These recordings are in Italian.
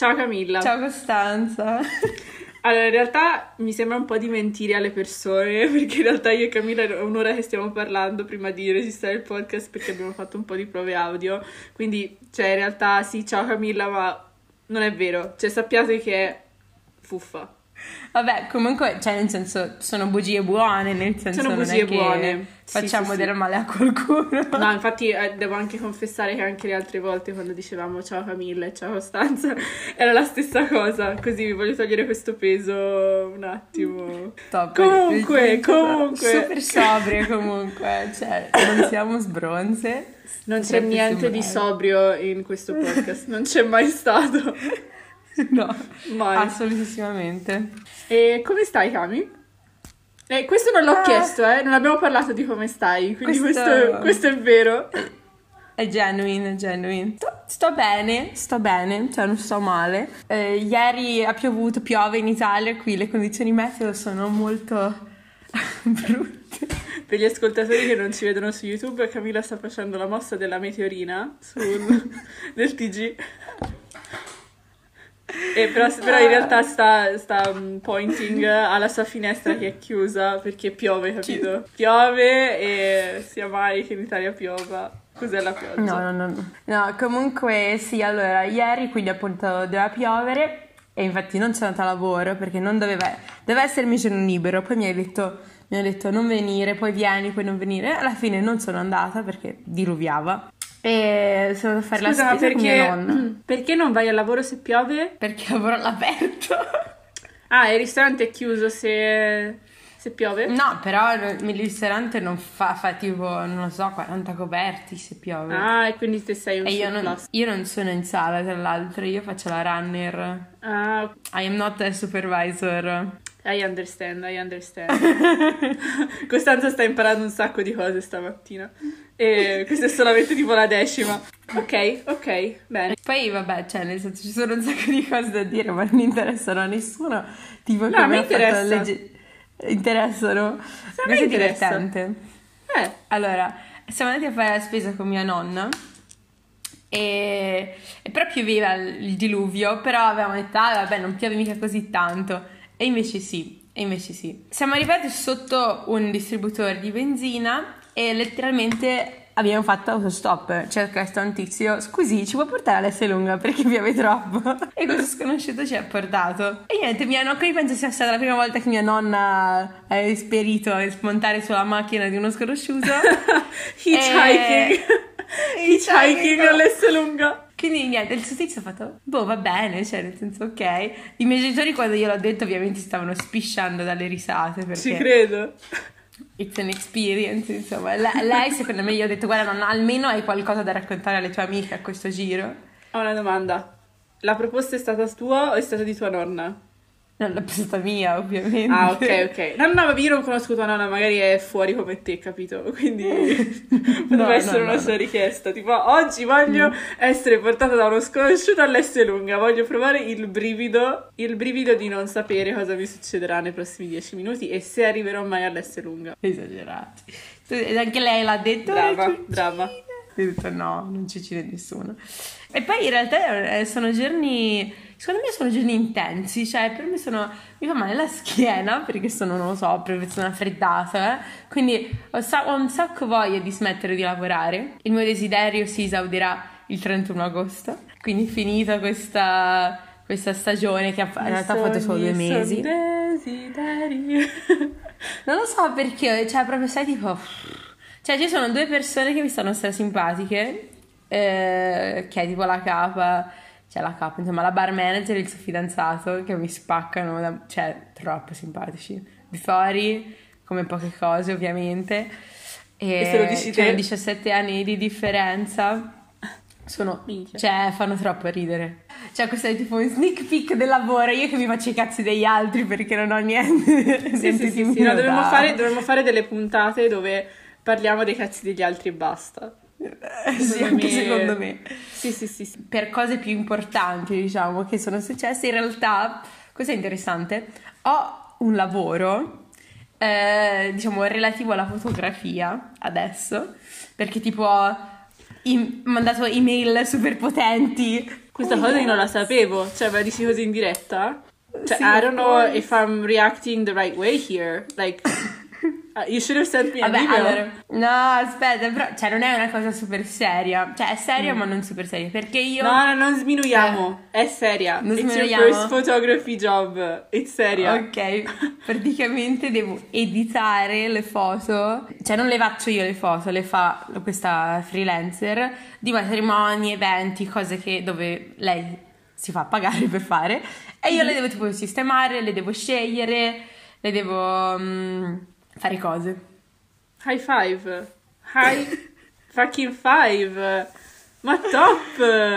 Ciao Camilla. Ciao Costanza. Allora, in realtà mi sembra un po' di mentire alle persone, perché in realtà io e Camilla è un'ora che stiamo parlando prima di registrare il podcast perché abbiamo fatto un po' di prove audio, quindi, in realtà sì, ciao Camilla, ma non è vero, sappiate che è fuffa. Vabbè, comunque, nel senso, sono bugie buone, nel senso Sono non bugie è che buone. facciamo Sì. del male a qualcuno. No, infatti devo anche confessare che anche le altre volte quando dicevamo ciao Camilla e ciao Costanza era la stessa cosa, così vi voglio togliere questo peso un attimo. Top. Comunque. Super sobrie comunque, non siamo sbronze. Non c'è niente di sobrio in questo podcast, non c'è mai stato. No, mai. Assolutissimamente. E come stai, Cami? Questo non l'ho chiesto, non abbiamo parlato di come stai, quindi questo è vero. È genuine. Sto bene, non sto male. Ieri ha piovuto, piove in Italia, qui le condizioni meteo sono molto brutte. Per gli ascoltatori che non ci vedono su YouTube, Camilla sta facendo la mossa della meteorina del TG. Però in realtà sta pointing alla sua finestra che è chiusa perché piove, capito? Piove e sia mai che in Italia piova. Cos'è la pioggia? No, comunque sì, allora ieri quindi appunto doveva piovere e infatti non sono andata a lavoro perché non doveva essermi giorno libero, poi mi ha detto non venire, poi vieni, poi non venire, alla fine non sono andata perché diluviava. E sono andata a fare la spesa con mia nonna. Perché non vai al lavoro se piove? Perché lavoro all'aperto. Ah, il ristorante è chiuso se piove? No, però il ristorante non fa tipo, non lo so, 40 coperti se piove. Ah, e quindi te sei un surplus. Io non sono in sala, tra l'altro, io faccio la runner. Ah. I am not a supervisor. I understand. Costanza sta imparando un sacco di cose stamattina. E questa è solamente tipo la 10ª. Ok, bene. Poi vabbè, nel senso ci sono un sacco di cose da dire, ma non interessano a nessuno. Tipo no, come mi ha interessa. fatto interessano? Questo è divertente. Allora, siamo andati a fare la spesa con mia nonna e però pioveva il diluvio, però avevamo detto, vabbè, non piove mica così tanto. E invece sì. Siamo arrivati sotto un distributore di benzina e letteralmente abbiamo fatto autostop. C'è questo un tizio, scusi, ci può portare all'Esselunga perché piove troppo? E questo sconosciuto ci ha portato. E niente, qui penso sia stata la prima volta che mia nonna ha esperito a smontare sulla macchina di uno sconosciuto. Hitchhiking all'Esselunga. Quindi niente, il suo tizio ha fatto, va bene, nel senso ok. I miei genitori quando gliel'ho detto ovviamente stavano spisciando dalle risate perché... Ci credo. It's an experience, insomma. Lei secondo me gli ho detto, guarda, almeno hai qualcosa da raccontare alle tue amiche a questo giro. Ho una domanda. La proposta è stata tua o è stata di tua nonna? Non l'ho stata mia, ovviamente. Ah, ok. No, ma io non conosco tua nonna, magari è fuori come te, capito? Quindi potrebbe essere una sua richiesta. Tipo, oggi voglio essere portata da uno sconosciuto all'Esselunga, voglio provare il brivido di non sapere cosa mi succederà nei prossimi 10 minuti e se arriverò mai all'Esselunga. Esagerati. Anche lei l'ha detto. Brava. Ho detto no, non ci c'è nessuno. E poi in realtà sono giorni, secondo me sono giorni intensi, per me mi fa male la schiena perché non lo so, proprio sono affreddata, quindi ho un sacco voglia di smettere di lavorare. Il mio desiderio si esaudirà il 31 agosto, quindi finita questa stagione che in realtà ha fatto solo 2 mesi. Desideri. Non lo so perché, proprio sai tipo... ci sono 2 persone che mi stanno simpatiche, che è tipo la capa, insomma la bar manager e il suo fidanzato, che mi spaccano, troppo simpatici. Di fuori, come poche cose ovviamente. E se lo dici te? 17 anni di differenza. Fanno troppo ridere. Questo è tipo un sneak peek del lavoro. Io che mi faccio i cazzi degli altri perché non ho niente. Sì. No, dovremmo fare delle puntate dove parliamo dei cazzi degli altri e basta. Secondo me. Sì. Per cose più importanti, diciamo, che sono successe, in realtà, cosa è interessante? Ho un lavoro, diciamo, relativo alla fotografia adesso, perché tipo ho mandato email super potenti Questa cosa io non la sapevo, cioè me la dici così in diretta? Cioè, Sì, I don't know poi- if I'm reacting the right way here. Like, you should have sent me an Vabbè, email. allora, no, aspetta, però, cioè non è una cosa super seria, cioè è seria ma non super seria, perché io... No, non sminuiamo, è seria. Non It's your sminuiamo? first photography job, it's seria. Ok, praticamente devo editare le foto, cioè non le faccio io le foto, le fa questa freelancer di matrimoni, eventi, cose dove lei si fa pagare per fare e io le devo tipo sistemare, le devo scegliere, le devo fare cose. High five. High fucking five. Ma top.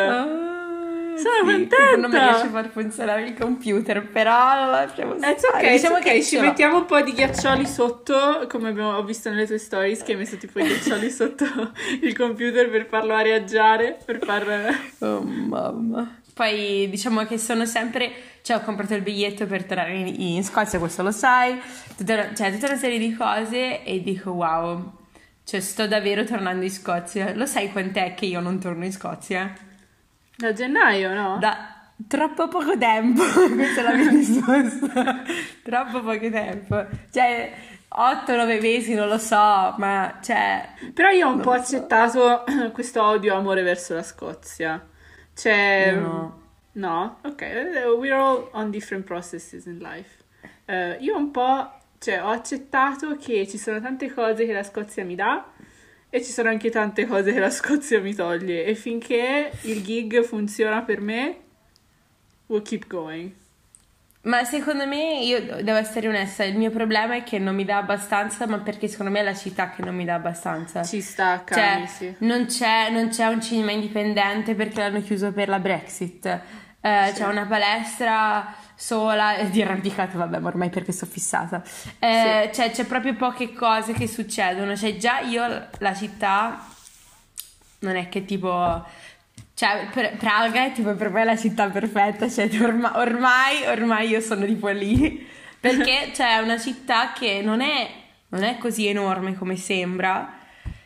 Sono contenta. Non mi riesce a far funzionare il computer, però lo lasciamo stare. It's ok, Diciamo che ci mettiamo un po' di ghiaccioli sotto, come ho visto nelle tue stories, che hai messo tipo i ghiaccioli sotto il computer per farlo areaggiare, per far... Oh mamma. Poi diciamo che sono sempre, cioè ho comprato il biglietto per tornare in Scozia, questo lo sai, tutta una serie di cose e dico wow, cioè sto davvero tornando in Scozia. Lo sai quant'è che io non torno in Scozia? Da gennaio, no? Da troppo poco tempo, questa è la mia risposta, troppo poco tempo, cioè 8-9 mesi non lo so, ma cioè... Però io ho un po' so. accettato questo odio-amore verso la Scozia. Cioè... No. No? Ok, we're all on different processes in life. Io un po', cioè, ho accettato che ci sono tante cose che la Scozia mi dà e ci sono anche tante cose che la Scozia mi toglie. E finché il gig funziona per me, we'll keep going. Ma secondo me, io devo essere onesta, il mio problema è che non mi dà abbastanza, ma perché secondo me è la città che non mi dà abbastanza. Ci sta, Cioè, Cami, sì. non c'è un cinema indipendente perché l'hanno chiuso per la Brexit. C'è una palestra sola di arrampicato, vabbè, ma ormai perché sono fissata. Cioè, c'è proprio poche cose che succedono. Cioè, già io la città non è che tipo... Cioè, Praga è tipo per me la città perfetta, cioè ormai io sono tipo lì, perché c'è una città che non è così enorme come sembra,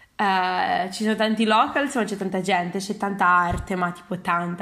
ci sono tanti locals, ma c'è tanta gente, c'è tanta arte, ma tipo tanta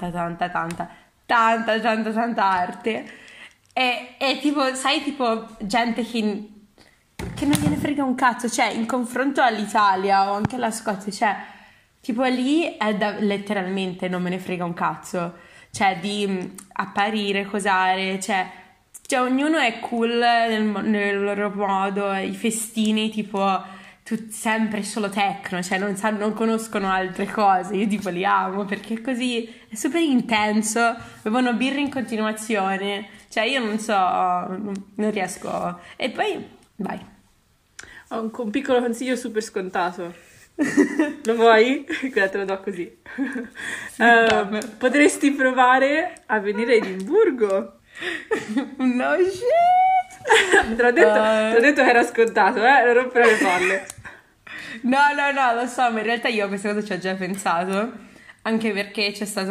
arte, e tipo, sai, tipo gente che non gliene frega un cazzo, cioè in confronto all'Italia o anche alla Scozia, cioè... Tipo lì è letteralmente non me ne frega un cazzo, cioè di apparire, cosare, cioè ognuno è cool nel loro modo, i festini tipo sempre solo techno, cioè non conoscono altre cose, io tipo li amo perché così è super intenso, bevono birra in continuazione, cioè io non so, non riesco, e poi vai. Ho un piccolo consiglio super scontato. Lo vuoi? Te lo do così. Potresti provare a venire a Edimburgo. No shit! Te l'ho detto che era scontato, non rompere le palle. No, lo so, ma in realtà io a questa cosa ci ho già pensato, anche perché c'è stato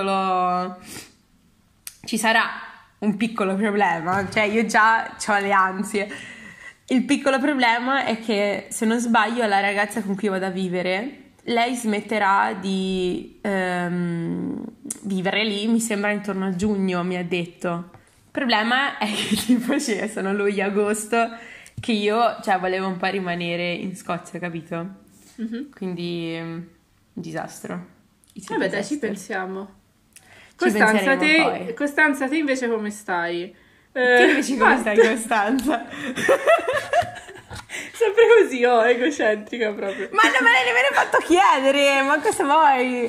ci sarà un piccolo problema, cioè io già ho le ansie. Il piccolo problema è che, se non sbaglio, la ragazza con cui vado a vivere, lei smetterà di vivere lì, mi sembra intorno a giugno, mi ha detto. Il problema è che tipo sono luglio-agosto, che io, cioè, volevo un po' rimanere in Scozia, capito? Mm-hmm. Quindi, un disastro. Vabbè, dai, ci pensiamo. Ci penseremo poi. Costanza, te invece come stai? Tu invece come stai, Costanza? Sempre così, egocentrica proprio. Ma non me l'hai nemmeno fatto chiedere, ma cosa vuoi?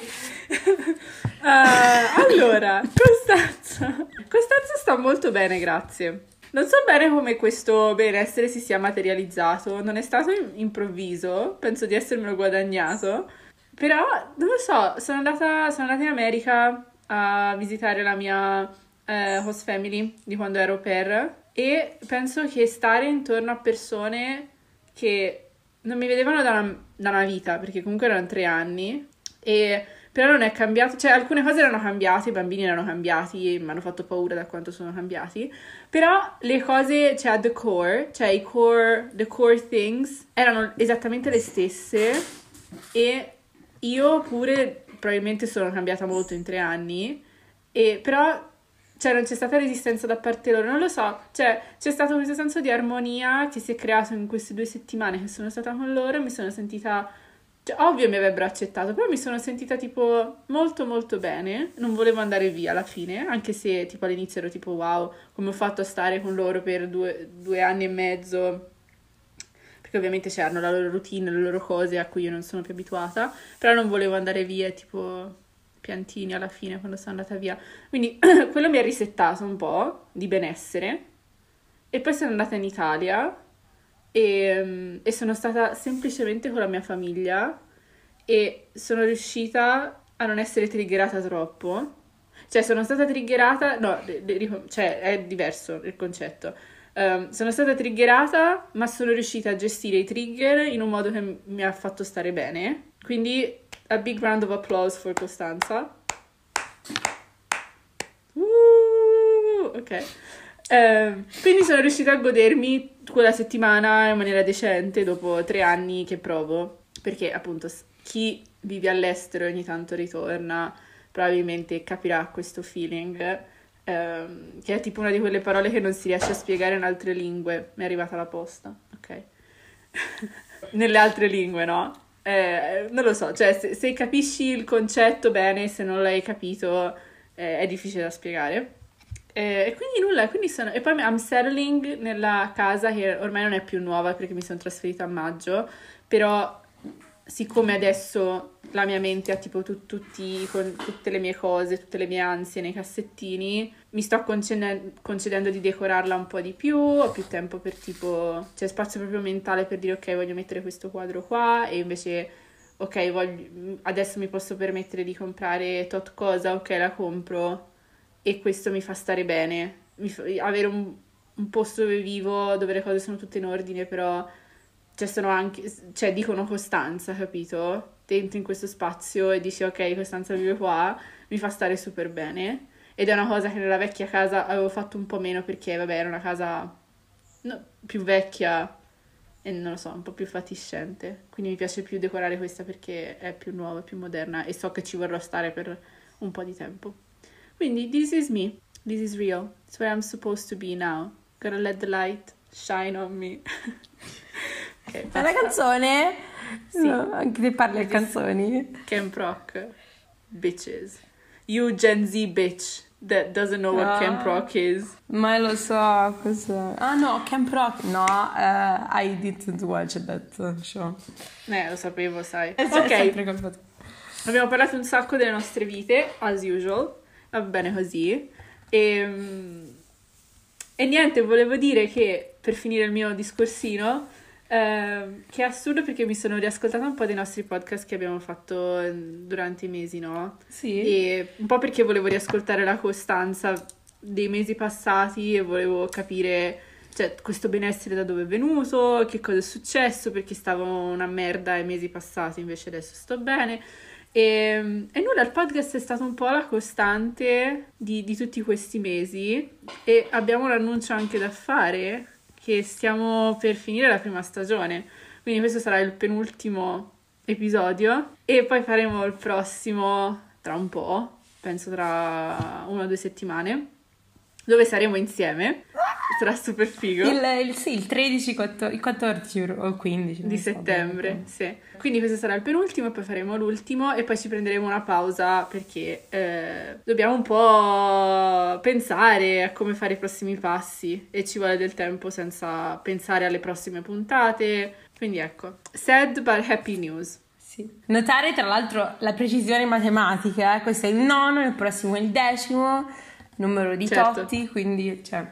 Allora, Costanza sta molto bene, grazie. Non so bene come questo benessere si sia materializzato, non è stato improvviso, penso di essermelo guadagnato, però non lo so, sono andata in America a visitare la mia host family di quando ero au pair e penso che stare intorno a persone che non mi vedevano da una vita, perché comunque erano 3 anni, e però non è cambiato, cioè alcune cose erano cambiate, i bambini erano cambiati, mi hanno fatto paura da quanto sono cambiati, però le cose, cioè the core things erano esattamente le stesse, e io pure probabilmente sono cambiata molto in 3 anni, e però cioè non c'è stata resistenza da parte loro, non lo so, cioè c'è stato questo senso di armonia che si è creato in queste 2 settimane che sono stata con loro, mi sono sentita, cioè, ovvio mi avrebbero accettato, però mi sono sentita tipo molto molto bene, non volevo andare via alla fine, anche se tipo all'inizio ero tipo wow, come ho fatto a stare con loro per 2 anni e mezzo, perché ovviamente c'erano la loro routine, le loro cose a cui io non sono più abituata, però non volevo andare via, tipo piantini alla fine quando sono andata via. Quindi quello mi ha risettato un po' di benessere. E poi sono andata in Italia e sono stata semplicemente con la mia famiglia e sono riuscita a non essere triggerata troppo. Cioè sono stata triggerata, no, cioè è diverso il concetto. Sono stata triggerata, ma sono riuscita a gestire i trigger in un modo che mi ha fatto stare bene. Quindi a big round of applause for Costanza. Ok. Quindi sono riuscita a godermi quella settimana in maniera decente dopo 3 anni che provo. Perché appunto chi vive all'estero e ogni tanto ritorna probabilmente capirà questo feeling, che è tipo una di quelle parole che non si riesce a spiegare in altre lingue. Mi è arrivata la posta, ok? Nelle altre lingue, no? Non lo so, cioè se capisci il concetto bene, se non l'hai capito è difficile da spiegare. E quindi nulla, e poi I'm settling nella casa che ormai non è più nuova perché mi sono trasferita a maggio, però siccome adesso la mia mente ha tipo con tutte le mie cose, tutte le mie ansie nei cassettini, mi sto concedendo di decorarla un po' di più, ho più tempo per tipo, c'è spazio proprio mentale per dire ok, voglio mettere questo quadro qua, e invece ok, adesso mi posso permettere di comprare tot cosa, ok, la compro, e questo mi fa stare bene, avere un posto dove vivo, dove le cose sono tutte in ordine, però sono anche, cioè dicono Costanza, capito? Entri in questo spazio e dici ok, Costanza vive qua, mi fa stare super bene. Ed è una cosa che nella vecchia casa avevo fatto un po' meno perché, vabbè, era una casa più vecchia e non lo so, un po' più fatiscente. Quindi mi piace più decorare questa perché è più nuova, più moderna e so che ci vorrò stare per un po' di tempo. Quindi, this is me. This is real. It's where I'm supposed to be now. Gotta let the light shine on me. Okay, è una canzone? Sì. No, anche te parli a canzoni. Camp Rock. Bitches. You Gen Z bitch that doesn't know what Camp Rock is. Ma lo so cos'è. Ah no, Camp Rock. No, I didn't watch that show. Lo sapevo, sai. Ok. Abbiamo parlato un sacco delle nostre vite, as usual. Va bene così. E niente, volevo dire che, per finire il mio discorsino, che è assurdo perché mi sono riascoltata un po' dei nostri podcast che abbiamo fatto durante i mesi, no? Sì. E un po' perché volevo riascoltare la costanza dei mesi passati e volevo capire, cioè, questo benessere da dove è venuto, che cosa è successo, perché stavo una merda i mesi passati, invece adesso sto bene. E nulla, il podcast è stato un po' la costante di tutti questi mesi e abbiamo un annuncio anche da fare, che stiamo per finire la prima stagione, quindi questo sarà il penultimo episodio e poi faremo il prossimo tra un po', penso tra 1 o 2 settimane, dove saremo insieme. Sarà super figo. Il 13, il 14 o il 15 di settembre, sì. Quindi questo sarà il penultimo e poi faremo l'ultimo e poi ci prenderemo una pausa perché dobbiamo un po' pensare a come fare i prossimi passi e ci vuole del tempo senza pensare alle prossime puntate. Quindi ecco, sad but happy news. Sì. Notare tra l'altro la precisione matematica, questo è il 9, il prossimo è il 10º numero di Totti, quindi cioè...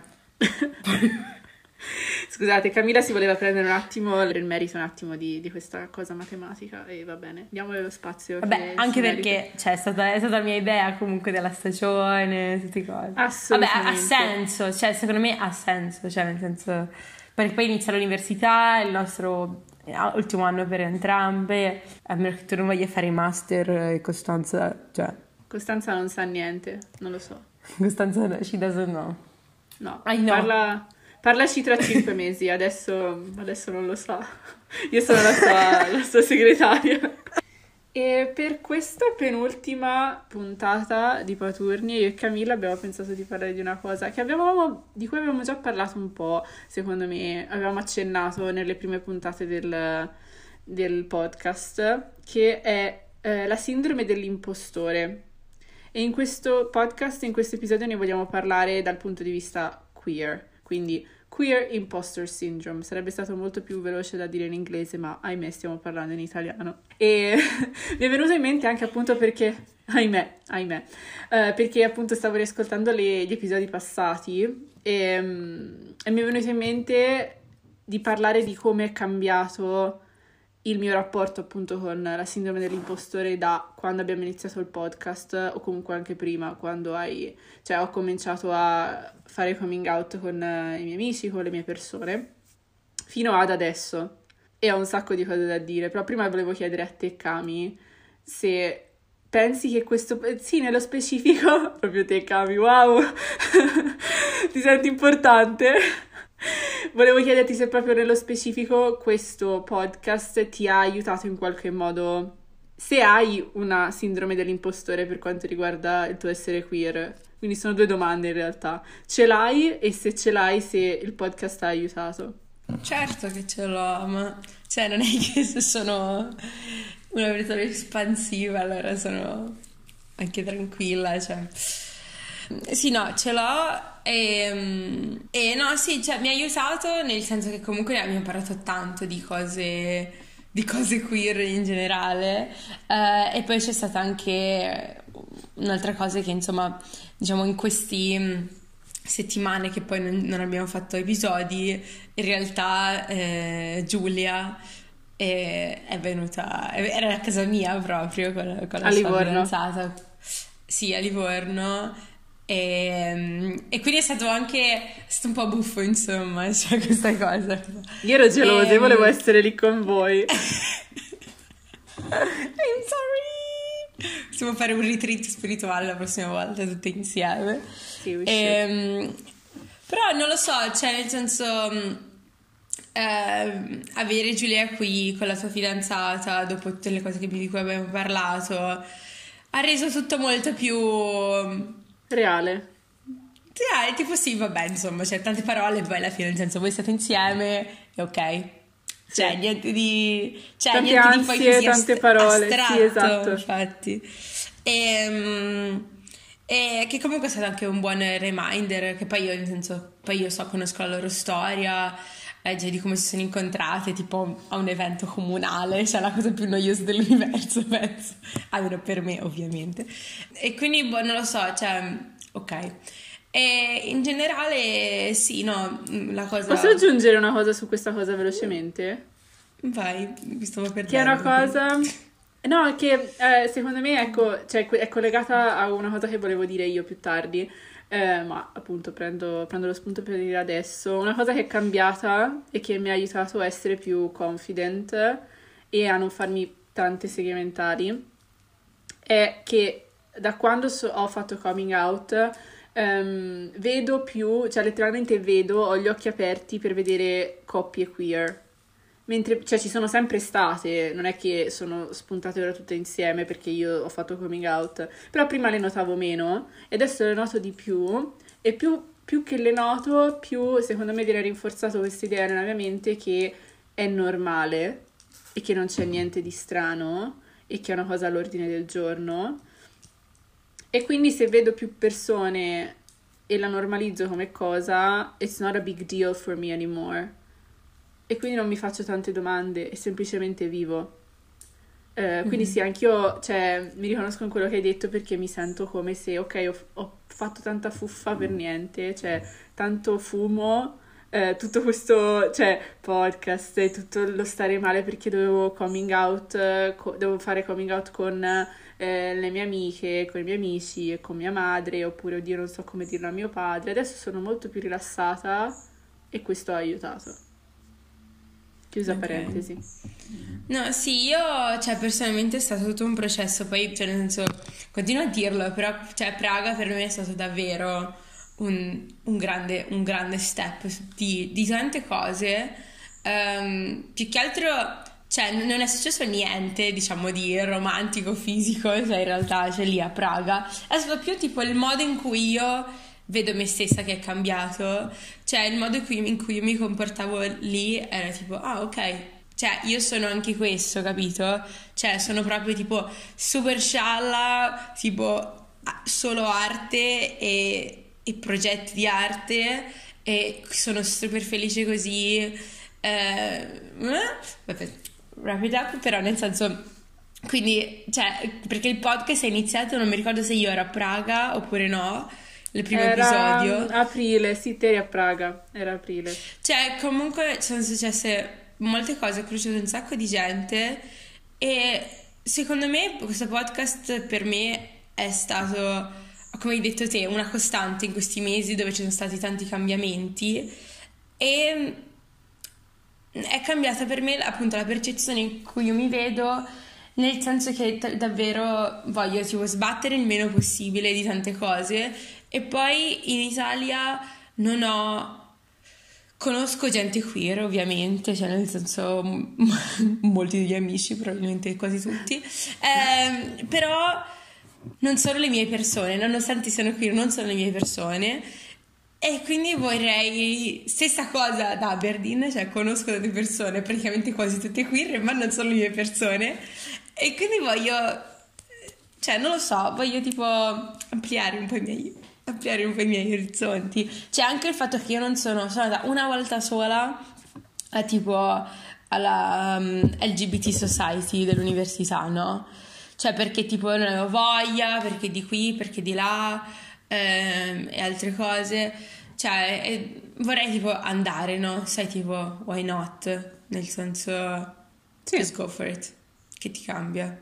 Scusate, Camilla si voleva prendere un attimo il merito di questa cosa matematica e va bene, diamole lo spazio. Vabbè, anche perché cioè, è stata la mia idea comunque della stagione, tutte cose. Assolutamente. Vabbè, ha senso, cioè secondo me ha senso, cioè nel senso, perché poi inizia l'università, il nostro ultimo anno per entrambe, a meno che tu non voglia fare i master e Costanza, cioè... Costanza non sa niente, non lo so. Costanza she doesn't know. No, parlaci tra 5 mesi, adesso non lo sa. Io sono la sua segretaria. E per questa penultima puntata di Paturni, io e Camilla abbiamo pensato di parlare di una cosa di cui avevamo già parlato un po', secondo me, avevamo accennato nelle prime puntate del podcast, che è la sindrome dell'impostore. E in questo podcast, in questo episodio, ne vogliamo parlare dal punto di vista queer, quindi Queer Imposter Syndrome. Sarebbe stato molto più veloce da dire in inglese, ma ahimè stiamo parlando in italiano. E mi è venuto in mente anche appunto perché, perché appunto stavo riascoltando gli episodi passati e mi è venuto in mente di parlare di come è cambiato il mio rapporto appunto con la sindrome dell'impostore da quando abbiamo iniziato il podcast, o comunque anche prima, quando ho cominciato a fare coming out con i miei amici, con le mie persone, fino ad adesso. E ho un sacco di cose da dire, però prima volevo chiedere a te, Cami, se pensi che questo... Sì, nello specifico, proprio te, Cami, wow! Ti senti importante? Volevo chiederti se proprio nello specifico questo podcast ti ha aiutato in qualche modo, se hai una sindrome dell'impostore per quanto riguarda il tuo essere queer. Quindi sono due domande in realtà. Ce l'hai, e se ce l'hai, se il podcast ti ha aiutato? Certo che ce l'ho, ma cioè non è che se sono una persona espansiva allora sono anche tranquilla, cioè... Sì, no, ce l'ho e no, sì, cioè mi ha aiutato nel senso che comunque abbiamo parlato tanto di cose queer in generale, e poi c'è stata anche un'altra cosa che insomma, diciamo in questi settimane che poi non abbiamo fatto episodi, in realtà Giulia è venuta, era a casa mia proprio con la sua fidanzata. Sì, a Livorno. E quindi è stato un po' buffo, insomma, cioè questa cosa. Io ero gelosa, volevo essere lì con voi. I'm sorry. Possiamo fare un retreat spirituale la prossima volta tutte insieme. Sì, però non lo so, cioè nel senso avere Giulia qui con la sua fidanzata dopo tutte le cose di cui abbiamo parlato ha reso tutto molto più reale, tipo sì, vabbè, insomma, c'è tante parole, poi alla fine, nel senso, voi state insieme e ok. Cioè, sì. niente di... Cioè, tante niente ansie, di poi così tante parole, astratto, sì, esatto. Infatti. E che comunque è stato anche un buon reminder, che poi io, nel senso, conosco la loro storia, cioè di come si sono incontrate, tipo a un evento comunale, cioè la cosa più noiosa dell'universo, penso, almeno per me ovviamente, e quindi non lo so, cioè ok. E in generale sì, no, la cosa... Posso aggiungere una cosa su questa cosa velocemente? Vai, mi stavo perdendo. Che è una cosa... No, che secondo me ecco, cioè, è collegata a una cosa che volevo dire io più tardi, ma appunto prendo lo spunto per dire adesso. Una cosa che è cambiata e che mi ha aiutato a essere più confident e a non farmi tante seghe mentali è che da quando ho fatto coming out vedo più, cioè letteralmente ho gli occhi aperti per vedere coppie queer. Mentre, cioè, ci sono sempre state, non è che sono spuntate ora tutte insieme perché io ho fatto coming out, però prima le notavo meno e adesso le noto di più, e più che le noto, più secondo me viene rinforzato questa idea nella mia mente che è normale e che non c'è niente di strano e che è una cosa all'ordine del giorno. E quindi se vedo più persone e la normalizzo come cosa, it's not a big deal for me anymore. E quindi non mi faccio tante domande e semplicemente vivo. Quindi sì, anch'io, cioè, mi riconosco in quello che hai detto, perché mi sento come se, ok, ho fatto tanta fuffa per niente, cioè, tanto fumo, tutto questo, cioè, podcast e tutto lo stare male perché dovevo fare coming out con le mie amiche, con i miei amici e con mia madre, oppure, oddio, non so come dirlo a mio padre. Adesso sono molto più rilassata e questo ha aiutato. Chiusa parentesi. No, sì, io, cioè, personalmente è stato tutto un processo, poi, cioè, nel senso, continuo a dirlo, però, cioè, Praga per me è stato davvero un grande step di tante cose, più che altro, cioè non è successo niente, diciamo, di romantico, fisico, cioè in realtà, cioè lì a Praga. È stato più tipo il modo in cui io vedo me stessa che è cambiato, cioè il modo in cui io mi comportavo lì era tipo, ah ok, cioè io sono anche questo, capito? Cioè sono proprio tipo super scialla, tipo solo arte e progetti di arte e sono super felice così. Vabbè, wrap it up, però nel senso, quindi, cioè, perché il podcast è iniziato, non mi ricordo se io ero a Praga oppure no, il primo episodio. Aprile, sì, te eri a Praga, era aprile. Cioè, comunque sono successe molte cose, ho conosciuto un sacco di gente e secondo me questo podcast per me è stato, come hai detto te, una costante in questi mesi dove ci sono stati tanti cambiamenti e è cambiata per me appunto la percezione in cui io mi vedo, nel senso che davvero voglio tipo sbattere il meno possibile di tante cose e poi in Italia non ho... Conosco gente queer ovviamente, cioè nel senso molti degli amici, probabilmente quasi tutti, però non sono le mie persone, nonostante siano queer non sono le mie persone e quindi vorrei, stessa cosa da Aberdeen, cioè conosco delle persone praticamente quasi tutte queer ma non sono le mie persone e quindi voglio, cioè non lo so, voglio tipo ampliare un po' i miei orizzonti. C'è anche il fatto che io non sono andata una volta sola a tipo alla LGBT Society dell'università, no? Cioè perché tipo non avevo voglia, perché di qui, perché di là e altre cose. Cioè vorrei tipo andare, no? Sai tipo why not? Nel senso Sì. just go for it, che ti cambia.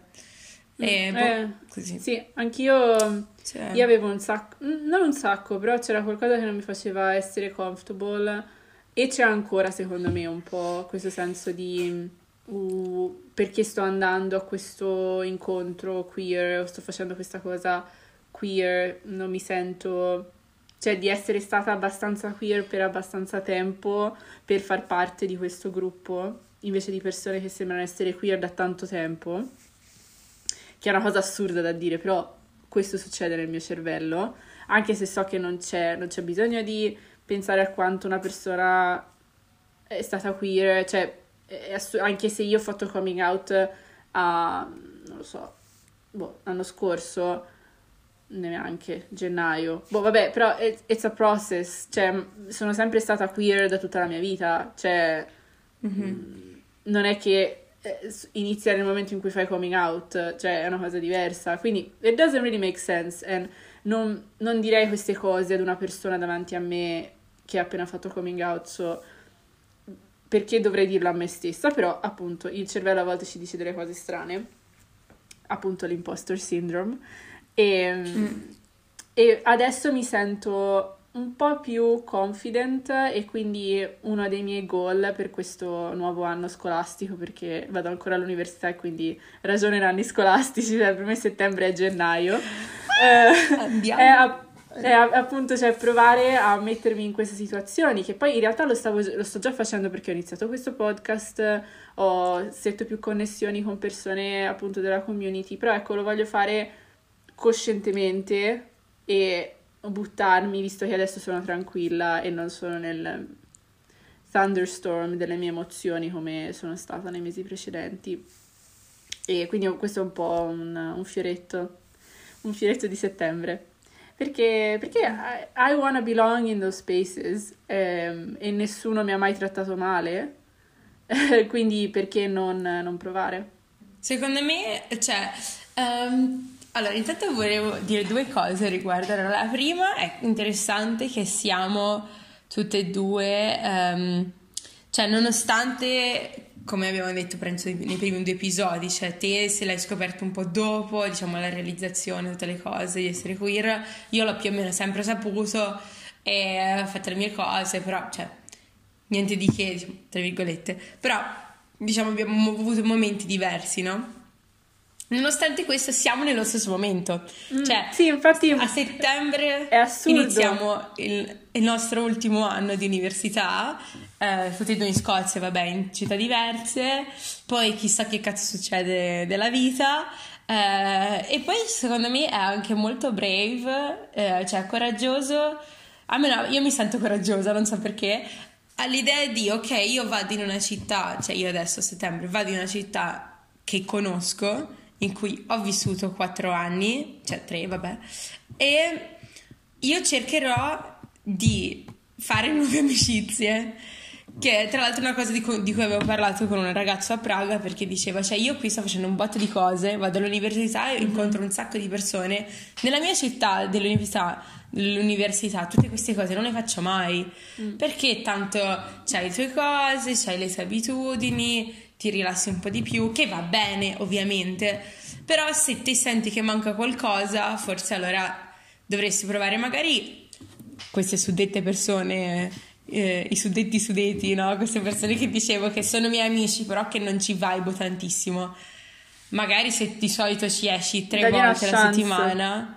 Così. Sì, anch'io Cioè, io avevo un sacco, non un sacco, però c'era qualcosa che non mi faceva essere comfortable e c'è ancora secondo me un po' questo senso di perché sto andando a questo incontro queer o sto facendo questa cosa queer, non mi sento, cioè di essere stata abbastanza queer per abbastanza tempo per far parte di questo gruppo invece di persone che sembrano essere queer da tanto tempo, che è una cosa assurda da dire, però questo succede nel mio cervello, anche se so che non c'è bisogno di pensare a quanto una persona è stata queer, cioè anche se io ho fatto coming out non lo so, l'anno scorso, neanche gennaio, vabbè, però it's a process, cioè sono sempre stata queer da tutta la mia vita, cioè non è che inizia nel momento in cui fai coming out, cioè è una cosa diversa, quindi it doesn't really make sense and non direi queste cose ad una persona davanti a me che ha appena fatto coming out, so, perché dovrei dirlo a me stessa, però appunto il cervello a volte ci dice delle cose strane, appunto l'imposter syndrome e adesso mi sento un po' più confident e quindi uno dei miei goal per questo nuovo anno scolastico, perché vado ancora all'università e quindi ragione in anni scolastici, cioè per me settembre è gennaio, è appunto cioè provare a mettermi in queste situazioni che poi in realtà lo sto già facendo perché ho iniziato questo podcast, ho stretto più connessioni con persone appunto della community, però ecco lo voglio fare coscientemente e buttarmi, visto che adesso sono tranquilla e non sono nel thunderstorm delle mie emozioni come sono stata nei mesi precedenti, e quindi questo è un po' un fioretto di settembre, perché I wanna belong in those spaces e nessuno mi ha mai trattato male quindi perché non provare? Secondo me, cioè, allora, intanto volevo dire due cose riguardo. Allora, la prima è interessante che siamo tutte e due, cioè, nonostante, come abbiamo detto, penso nei primi 2 episodi, cioè, te se l'hai scoperto un po' dopo, diciamo, la realizzazione, tutte le cose di essere queer, io l'ho più o meno sempre saputo e ho fatto le mie cose, però, cioè, niente di che, diciamo, tra virgolette, però, diciamo, abbiamo avuto momenti diversi, no? Nonostante questo siamo nello stesso momento, cioè sì, infatti a settembre è assurdo. iniziamo il nostro ultimo anno di università, fotendo in Scozia, vabbè, in città diverse, poi chissà che cazzo succede della vita, e poi secondo me è anche molto brave, cioè coraggioso, almeno io mi sento coraggiosa, non so perché, all'idea di ok, io vado in una città, cioè io adesso a settembre vado in una città che conosco, in cui ho vissuto 4 anni, cioè 3, vabbè, e io cercherò di fare nuove amicizie, che tra l'altro è una cosa di cui avevo parlato con un ragazzo a Praga, perché diceva, cioè io qui sto facendo un botto di cose, vado all'università e incontro un sacco di persone, nella mia città dell'università tutte queste cose non le faccio mai, perché tanto c'hai le tue cose, c'hai le tue abitudini, ti rilassi un po' di più, che va bene ovviamente, però se ti senti che manca qualcosa, forse allora dovresti provare magari queste suddette persone, i suddetti sudeti, no? Queste persone che dicevo che sono miei amici però che non ci vibo tantissimo, magari se di solito ci esci 3 Dagli una volte alla chance. settimana,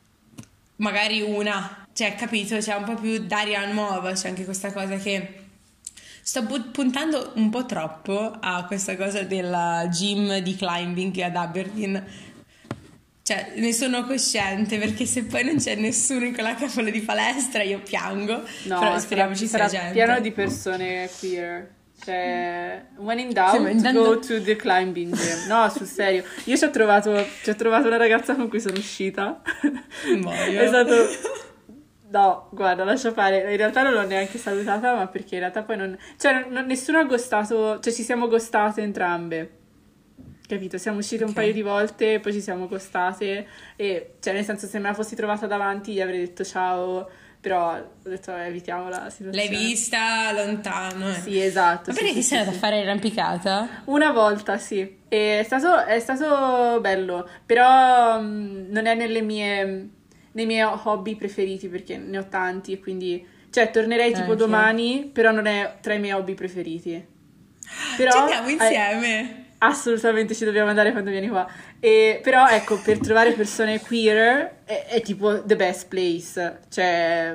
magari una, cioè capito, c'è un po' più d'aria nuova, c'è anche questa cosa che sto puntando un po' troppo a questa cosa della gym di climbing ad Aberdeen, cioè ne sono cosciente, perché se poi non c'è nessuno in quella cavolo di palestra io piango, No, però speriamo ci sia sarà gente. pieno di persone queer. Cioè, when in doubt, Sì, ma intanto- go to the climbing gym. No, sul serio. Io ci ho trovato una ragazza con cui sono uscita. Muoio. È stato... No, guarda, lascia fare. In realtà non l'ho neanche salutata, ma perché in realtà poi non... Cioè, nessuno ha ghostato... Cioè, ci siamo ghostate entrambe. Capito? Siamo uscite un Ok. paio di volte, poi ci siamo ghostate. E, cioè, nel senso, se me la fossi trovata davanti, gli avrei detto ciao. Però ho detto, evitiamo la situazione. L'hai vista lontano? Sì, esatto. Ma sì, perché sì, ti sei sì, andata sì. a fare l'arrampicata? Una volta, sì. E è stato bello, però non è nei miei hobby preferiti, perché ne ho tanti, e quindi... Cioè, tornerei tipo Ok. domani, però non è tra i miei hobby preferiti. Ci Però... andiamo insieme. Assolutamente ci dobbiamo andare quando vieni qua. Però ecco, per trovare persone queer è tipo the best place. Cioè,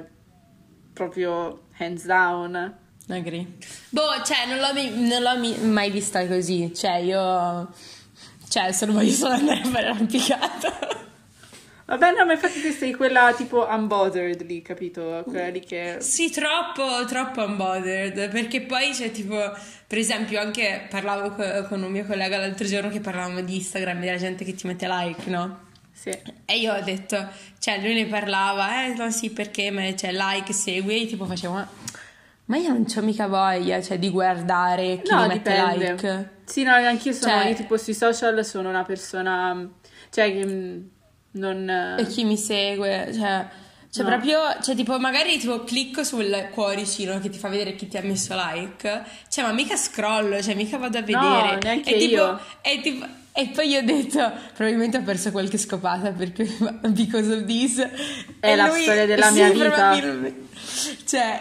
proprio hands down. Agree. Boh, cioè, non l'ho mai vista così. Cioè, io... Cioè, voglio solo andare a fare l'arrampicata. Vabbè, no, ma infatti te sei quella tipo unbothered lì, capito? Quella lì che... Sì, troppo unbothered, perché poi c'è tipo, per esempio, anche parlavo con un mio collega l'altro giorno che parlavamo di Instagram e della gente che ti mette like, no? Sì. E io ho detto, cioè lui ne parlava, no sì perché, ma c'è like, segui, e io tipo facevo, ma io non c'ho mica voglia, cioè, di guardare chi No, mi mette dipende. like. Sì, no, anch'io sono, Cioè- io tipo sui social sono una persona, cioè che non... E chi mi segue, cioè No. proprio, cioè tipo magari tipo clicco sul cuoricino che ti fa vedere chi ti ha messo like, cioè ma mica scrollo, cioè mica vado a vedere. neanche e tipo, io. e poi io ho detto, probabilmente ho perso qualche scopata perché because of this. È la storia della mia vita. probabilmente. Cioè,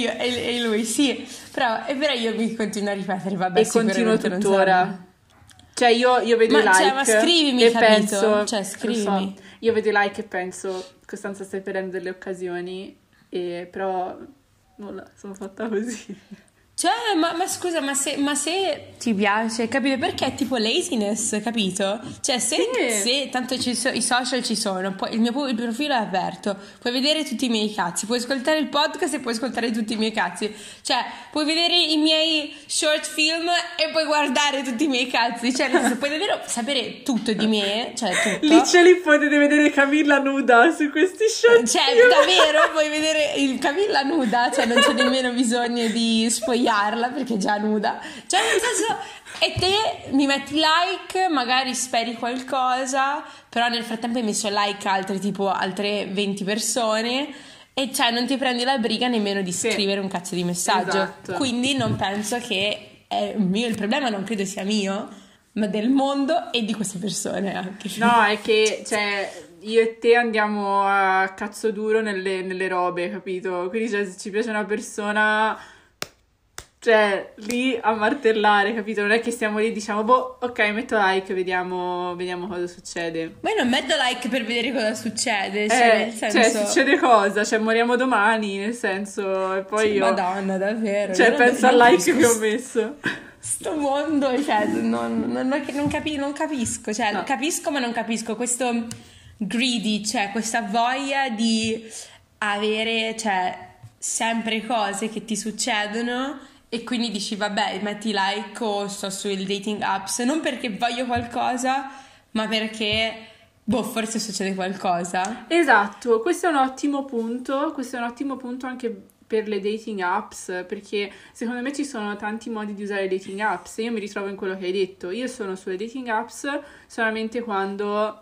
e lui sì, però io mi continuo a ripetere, vabbè, E continuo sicuramente non tuttora. sarà. Cioè io vedo i Ma, like cioè, ma scrivimi, e capito? penso... Cioè, lo so, scrivimi. io vedo i like e penso, Costanza stai perdendo delle occasioni, però nulla, sono fatta così. Cioè, ma scusa, ma se ti piace, capito? Perché è tipo laziness, capito? Cioè, Sì. se tanto i social ci sono, poi il profilo è aperto, puoi vedere tutti i miei cazzi, puoi ascoltare il podcast e puoi ascoltare tutti i miei cazzi. Cioè, puoi vedere i miei short film e puoi guardare tutti i miei cazzi. Cioè, nel senso, puoi davvero sapere tutto di me, cioè tutto. Lì ce li potete vedere Camilla nuda su questi short Cioè, film. davvero puoi vedere il Camilla nuda, cioè non c'è nemmeno bisogno di spogliarla perché è già nuda. Cioè, nel senso, e te mi metti like, magari speri qualcosa, però nel frattempo hai messo like altre 20 persone e cioè non ti prendi la briga nemmeno di Sì. scrivere un cazzo di messaggio. Esatto. Quindi non penso che è mio, il problema non credo sia mio, ma del mondo e di queste persone anche. No, è che, cioè, io e te andiamo a cazzo duro nelle robe, capito? Quindi, cioè, se ci piace una persona, Cioè, lì a martellare, capito? Non è che stiamo lì e diciamo, boh, ok, metto like, vediamo cosa succede. Ma io non metto like per vedere cosa succede, cioè, nel senso... Cioè, succede cosa? Cioè, moriamo domani, nel senso, e poi Sì, io... Madonna, davvero. Cioè, Io penso al like che ho messo. Sto mondo, cioè, non capisco, cioè, No. capisco ma non capisco questo greedy, cioè, questa voglia di avere, cioè, sempre cose che ti succedono e quindi dici, vabbè, metti like o sto sui dating apps, non perché voglio qualcosa, ma perché, boh, forse succede qualcosa. Esatto, questo è un ottimo punto anche per le dating apps, perché secondo me ci sono tanti modi di usare le dating apps e io mi ritrovo in quello che hai detto. Io sono sulle dating apps solamente quando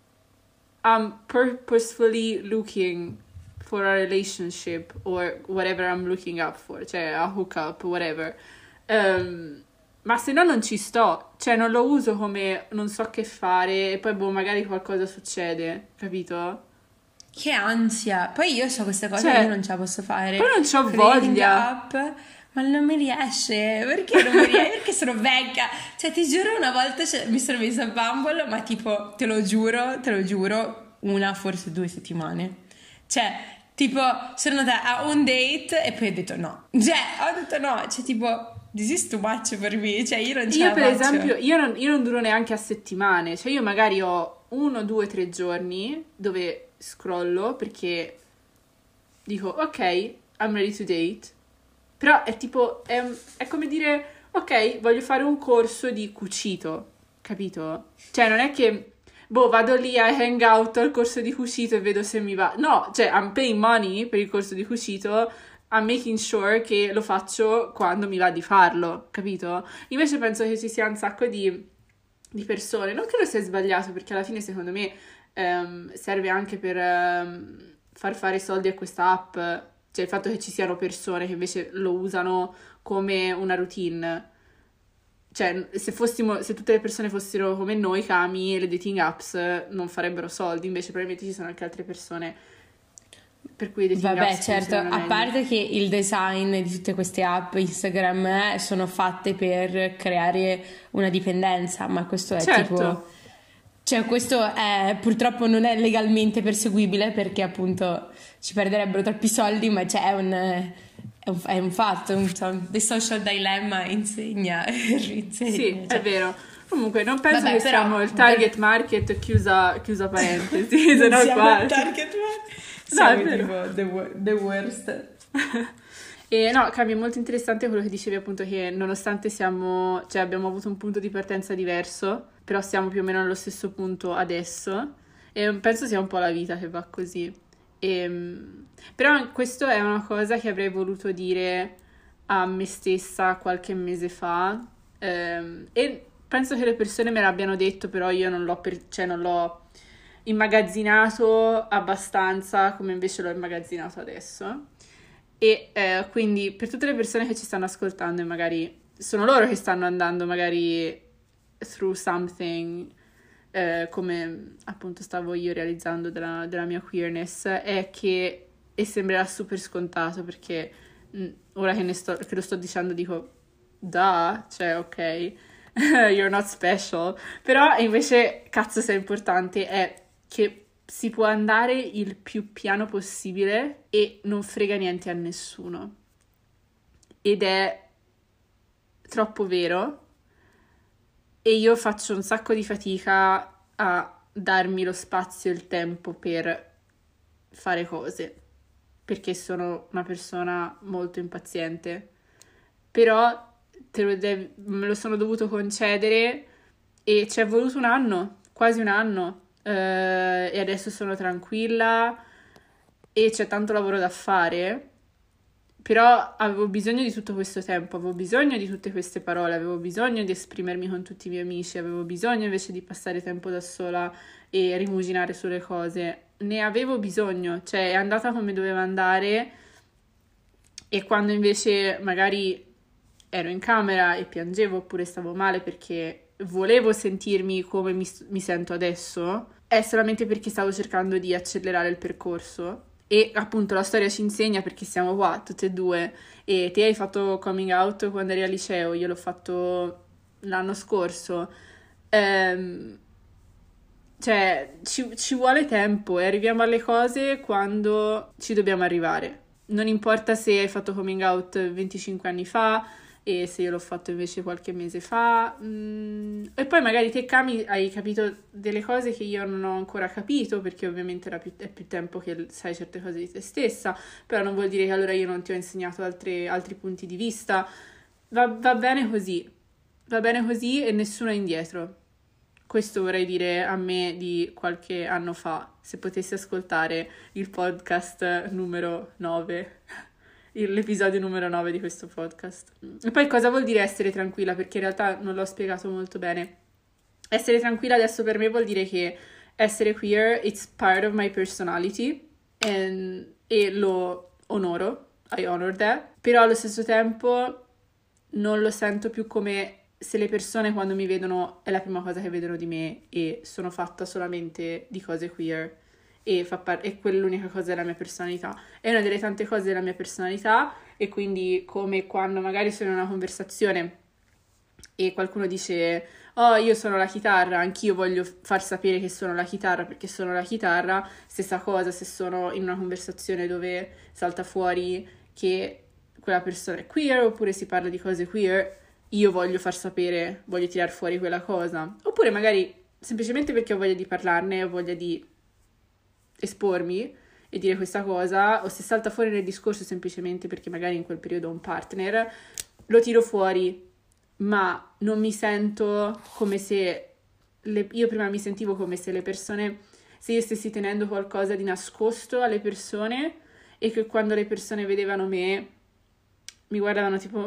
I'm purposefully looking for a relationship or whatever I'm looking up for, cioè a hookup, whatever. Ma se no non ci sto, cioè non lo uso come non so che fare e poi boh, magari qualcosa succede, capito? Che ansia! Poi io so queste cose Cioè, che io non ce la posso fare. poi non c'ho Con le dating voglia. app, ma non mi riesce. Perché non mi riesce? Perché sono vecchia. Cioè, ti giuro, una volta mi sono messa a Bumble, ma tipo, te lo giuro, una, forse 2 settimane. Cioè, tipo, sono andata a un date e poi ho detto no. Cioè, ho detto no. Cioè, tipo, this is too much per me. Cioè, io non ce Io la per faccio. esempio, io non duro neanche a settimane, cioè io magari ho 1, 2, 3 giorni dove scrollo perché dico ok, I'm ready to date, però è tipo, è come dire ok, voglio fare un corso di cucito, capito? Cioè non è che, boh, vado lì a hang out al corso di cucito e vedo se mi va, no, cioè I'm paying money per il corso di cucito, I'm making sure che lo faccio quando mi va di farlo, capito? Invece penso che ci sia un sacco di persone, non credo sia sbagliato perché alla fine secondo me serve anche per far fare soldi a questa app, cioè il fatto che ci siano persone che invece lo usano come una routine. Cioè, se tutte le persone fossero come noi, Cami, le dating apps non farebbero soldi, invece probabilmente ci sono anche altre persone per cui i dating Vabbè, apps certo, funzionano a meglio. parte che il design di tutte queste app Instagram sono fatte per creare una dipendenza, ma questo è Certo. tipo... Cioè, questo è, purtroppo non è legalmente perseguibile perché appunto ci perderebbero troppi soldi, ma cioè, è un fatto, The Social Dilemma insegna, Sì, insegna, è cioè. vero. Comunque, non penso Vabbè, che però, siamo il target market, chiusa parentesi, se no siamo qua... il target No, è siamo vero. tipo the worst. E no, Cami, è molto interessante quello che dicevi appunto che nonostante cioè abbiamo avuto un punto di partenza diverso, però siamo più o meno allo stesso punto adesso e penso sia un po' la vita che va così. Però questo è una cosa che avrei voluto dire a me stessa qualche mese fa e penso che le persone me l'abbiano detto, però io cioè non l'ho immagazzinato abbastanza come invece l'ho immagazzinato adesso. E quindi per tutte le persone che ci stanno ascoltando e magari sono loro che stanno andando magari through something come appunto stavo io realizzando della mia queerness, è che, e sembrerà super scontato perché ora che lo sto dicendo dico duh, cioè ok, you're not special, però invece cazzo se è importante è che si può andare il più piano possibile e non frega niente a nessuno. Ed è troppo vero. E io faccio un sacco di fatica a darmi lo spazio e il tempo per fare cose, perché sono una persona molto impaziente. Però me lo sono dovuto concedere e ci è voluto un anno, quasi un anno. E adesso sono tranquilla e c'è tanto lavoro da fare, però avevo bisogno di tutto questo tempo, avevo bisogno di tutte queste parole, avevo bisogno di esprimermi con tutti i miei amici, avevo bisogno invece di passare tempo da sola e rimuginare sulle cose, ne avevo bisogno, cioè è andata come doveva andare. E quando invece magari ero in camera e piangevo oppure stavo male perché volevo sentirmi come mi sento adesso, è solamente perché stavo cercando di accelerare il percorso E appunto la storia ci insegna, perché siamo qua tutte e due, e te hai fatto coming out quando eri al liceo, io l'ho fatto l'anno scorso. Cioè, ci vuole tempo e arriviamo alle cose quando ci dobbiamo arrivare. Non importa se hai fatto coming out 25 anni fa e se io l'ho fatto invece qualche mese fa. E poi magari te, Cami, hai capito delle cose che io non ho ancora capito, perché ovviamente è più tempo che sai certe cose di te stessa, però non vuol dire che allora io non ti ho insegnato altri punti di vista. Va bene così. Va bene così e nessuno è indietro. Questo vorrei dire a me di qualche anno fa, se potessi ascoltare il podcast numero 9, l'episodio numero 9 di questo podcast. E poi cosa vuol dire essere tranquilla? Perché in realtà non l'ho spiegato molto bene. Essere tranquilla adesso per me vuol dire che essere queer, it's part of my personality, e lo onoro, I honor that, però allo stesso tempo non lo sento più come se le persone quando mi vedono è la prima cosa che vedono di me e sono fatta solamente di cose queer e quella è l'unica cosa della mia personalità. È una delle tante cose della mia personalità, e quindi come quando magari sono in una conversazione e qualcuno dice oh, io sono la chitarra, anch'io voglio far sapere che sono la chitarra perché sono la chitarra. Stessa cosa se sono in una conversazione dove salta fuori che quella persona è queer oppure si parla di cose queer, io voglio far sapere, voglio tirar fuori quella cosa. Oppure magari semplicemente perché ho voglia di parlarne, ho voglia di espormi e dire questa cosa, o se salta fuori nel discorso semplicemente perché magari in quel periodo ho un partner, lo tiro fuori, ma non mi sento come se... io prima mi sentivo come se le persone... se io stessi tenendo qualcosa di nascosto alle persone e che quando le persone vedevano me mi guardavano tipo...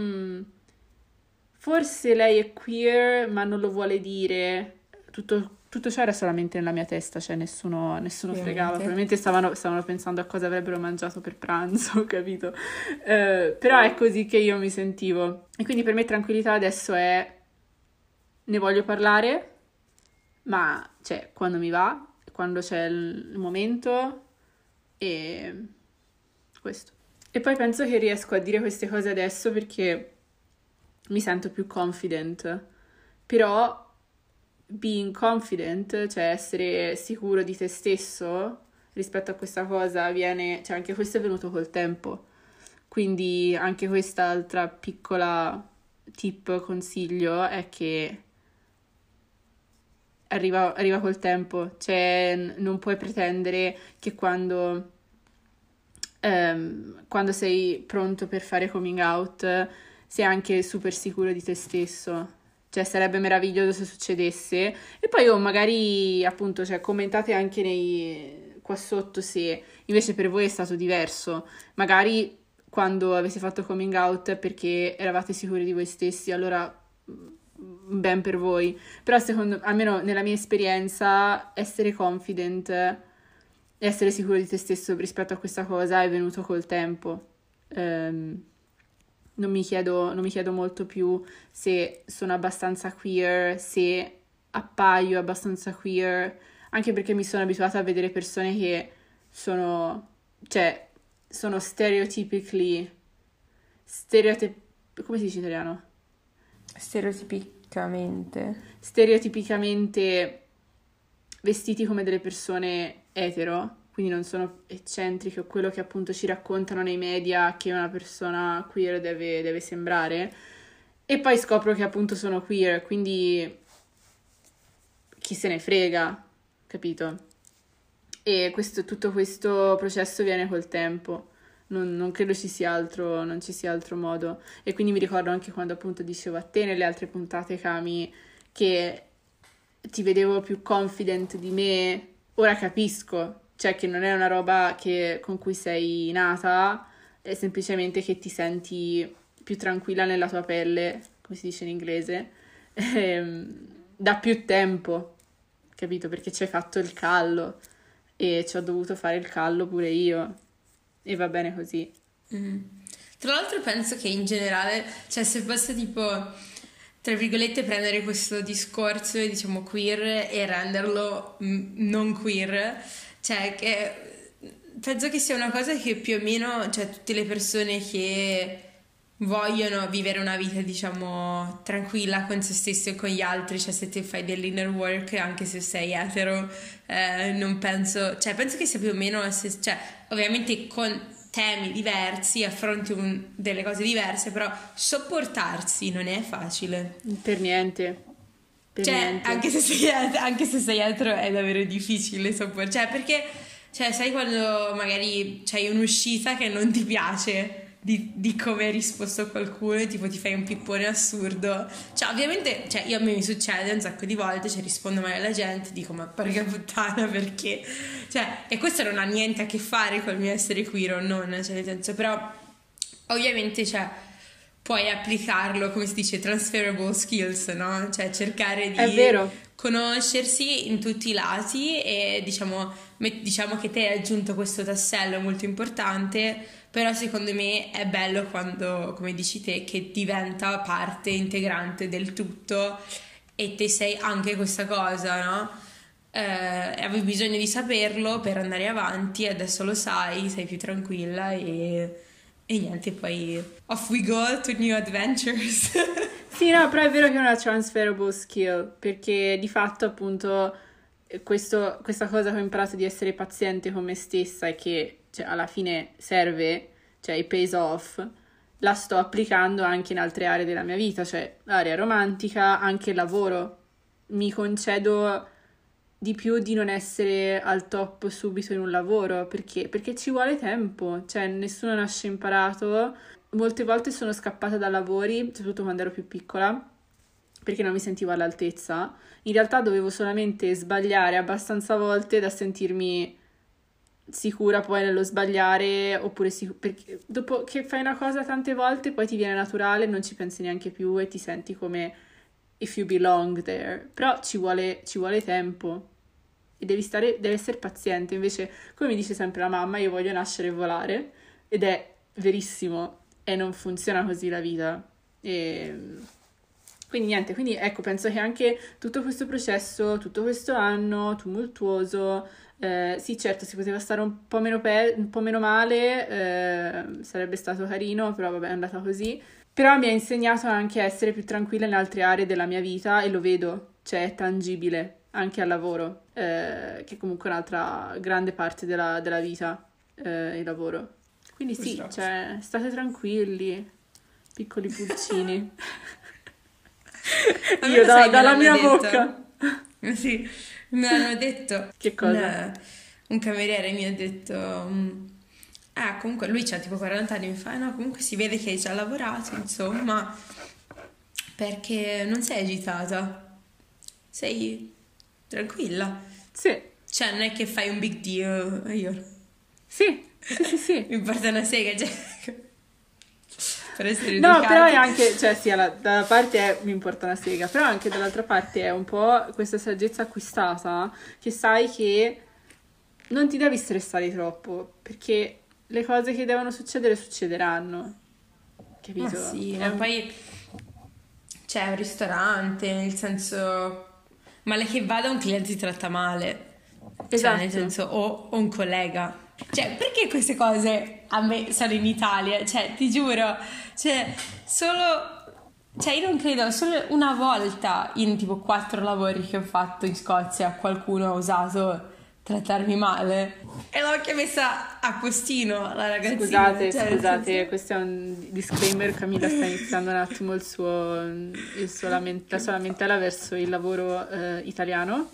forse lei è queer, ma non lo vuole dire. Tutto ciò era solamente nella mia testa, cioè nessuno fregava. Probabilmente stavano pensando a cosa avrebbero mangiato per pranzo, capito? Però è così che io mi sentivo. E quindi per me tranquillità adesso è... ne voglio parlare, ma cioè quando mi va, quando c'è il momento, e questo. E poi penso che riesco a dire queste cose adesso perché mi sento più confident, però being confident, cioè essere sicuro di te stesso rispetto a questa cosa viene, cioè anche questo è venuto col tempo, quindi anche quest'altra piccola tip, consiglio è che arriva col tempo, cioè non puoi pretendere che quando sei pronto per fare coming out sei anche super sicuro di te stesso. Cioè sarebbe meraviglioso se succedesse. E poi magari appunto, cioè, commentate anche qua sotto se invece per voi è stato diverso. Magari quando avete fatto coming out perché eravate sicuri di voi stessi, allora ben per voi. Però almeno nella mia esperienza, essere confident, essere sicuro di te stesso rispetto a questa cosa è venuto col tempo. Non mi chiedo molto più se sono abbastanza queer, se appaio abbastanza queer, anche perché mi sono abituata a vedere persone che sono stereotypically come si dice in italiano? Stereotipicamente vestiti come delle persone etero, quindi non sono eccentriche o quello che appunto ci raccontano nei media che una persona queer deve sembrare, e poi scopro che appunto sono queer, quindi chi se ne frega, capito? E tutto questo processo viene col tempo, non credo non ci sia altro modo. E quindi mi ricordo anche quando appunto dicevo a te nelle altre puntate, Cami, che ti vedevo più confident di me, ora capisco. Cioè che non è una roba con cui sei nata, è semplicemente che ti senti più tranquilla nella tua pelle, come si dice in inglese, da più tempo, capito? Perché ci hai fatto il callo e ci ho dovuto fare il callo pure io e va bene così. Tra l'altro penso che in generale, cioè se fosse tipo, tra virgolette, prendere questo discorso, diciamo, queer e renderlo non queer, cioè che penso che sia una cosa che più o meno, cioè tutte le persone che vogliono vivere una vita, diciamo, tranquilla con se stessi e con gli altri, cioè se te fai dell'inner work, anche se sei etero, non penso, cioè penso che sia più o meno, cioè ovviamente con temi diversi, affronti delle cose diverse, però sopportarsi non è facile. Per niente. Per Cioè, niente. anche se sei etero è davvero difficile sopportare, cioè perché, cioè, sai quando magari c'hai un'uscita che non ti piace di come hai risposto a qualcuno e tipo ti fai un pippone assurdo, cioè ovviamente, cioè a me mi succede un sacco di volte, cioè rispondo male alla gente, dico ma porca puttana perché, cioè, e questo non ha niente a che fare col mio essere queer o non, cioè nel senso, però ovviamente, cioè, puoi applicarlo, come si dice, transferable skills, no? Cioè cercare È di vero. conoscersi in tutti i lati e diciamo che te hai aggiunto questo tassello molto importante, però secondo me è bello quando, come dici te, che diventa parte integrante del tutto e te sei anche questa cosa, no? Avevi bisogno di saperlo per andare avanti, adesso lo sai, sei più tranquilla e niente, poi off we go to new adventures. Sì, no, però è vero che è una transferable skill, perché di fatto appunto questa cosa che ho imparato di essere paziente con me stessa e che cioè, alla fine serve, cioè it pays off, la sto applicando anche in altre aree della mia vita, cioè l'area romantica, anche il lavoro. Mi concedo di più di non essere al top subito in un lavoro, perché ci vuole tempo, cioè nessuno nasce imparato. Molte volte sono scappata da lavori, soprattutto quando ero più piccola, perché non mi sentivo all'altezza. In realtà dovevo solamente sbagliare abbastanza volte da sentirmi sicura poi nello sbagliare, oppure perché dopo che fai una cosa tante volte poi ti viene naturale, non ci pensi neanche più e ti senti come if you belong there. Però ci vuole tempo e devi essere paziente. Invece, come mi dice sempre la mamma, io voglio nascere e volare, ed è verissimo. E non funziona così la vita. Quindi niente, quindi ecco, penso che anche tutto questo processo, tutto questo anno tumultuoso, sì certo si poteva stare un po' meno male, sarebbe stato carino, però vabbè è andata così. Però mi ha insegnato anche a essere più tranquilla in altre aree della mia vita e lo vedo, cioè è tangibile, anche al lavoro, che è comunque un'altra grande parte della vita, il lavoro. Quindi sì, cioè, state tranquilli, piccoli pulcini. Io dalla mia bocca. Sì, mi hanno detto. Che cosa? Un cameriere mi ha detto, comunque lui c'ha tipo 40 anni, mi fa, no, comunque si vede che hai già lavorato, insomma, perché non sei agitata, sei tranquilla. Sì. Cioè, non è che fai un big deal, io. Sì. Mi importa una sega, cioè, per essere no, educati. però è anche, cioè sì, da una parte mi importa una sega, però anche dall'altra parte è un po' questa saggezza acquistata, che sai che non ti devi stressare troppo, perché le cose che devono succedere succederanno, capito? Ma sì, ma poi c'è un ristorante, nel senso, male che vada un cliente ti tratta male, esatto. Cioè nel senso, o un collega. Cioè, perché queste cose a me sono in Italia? Cioè, ti giuro, cioè, io non credo, solo una volta in tipo 4 lavori che ho fatto in Scozia qualcuno ha osato trattarmi male e l'ho anche messa a postino la ragazzina. Scusate, questo è un disclaimer. Camilla sta iniziando un attimo la sua lamentela verso il lavoro italiano.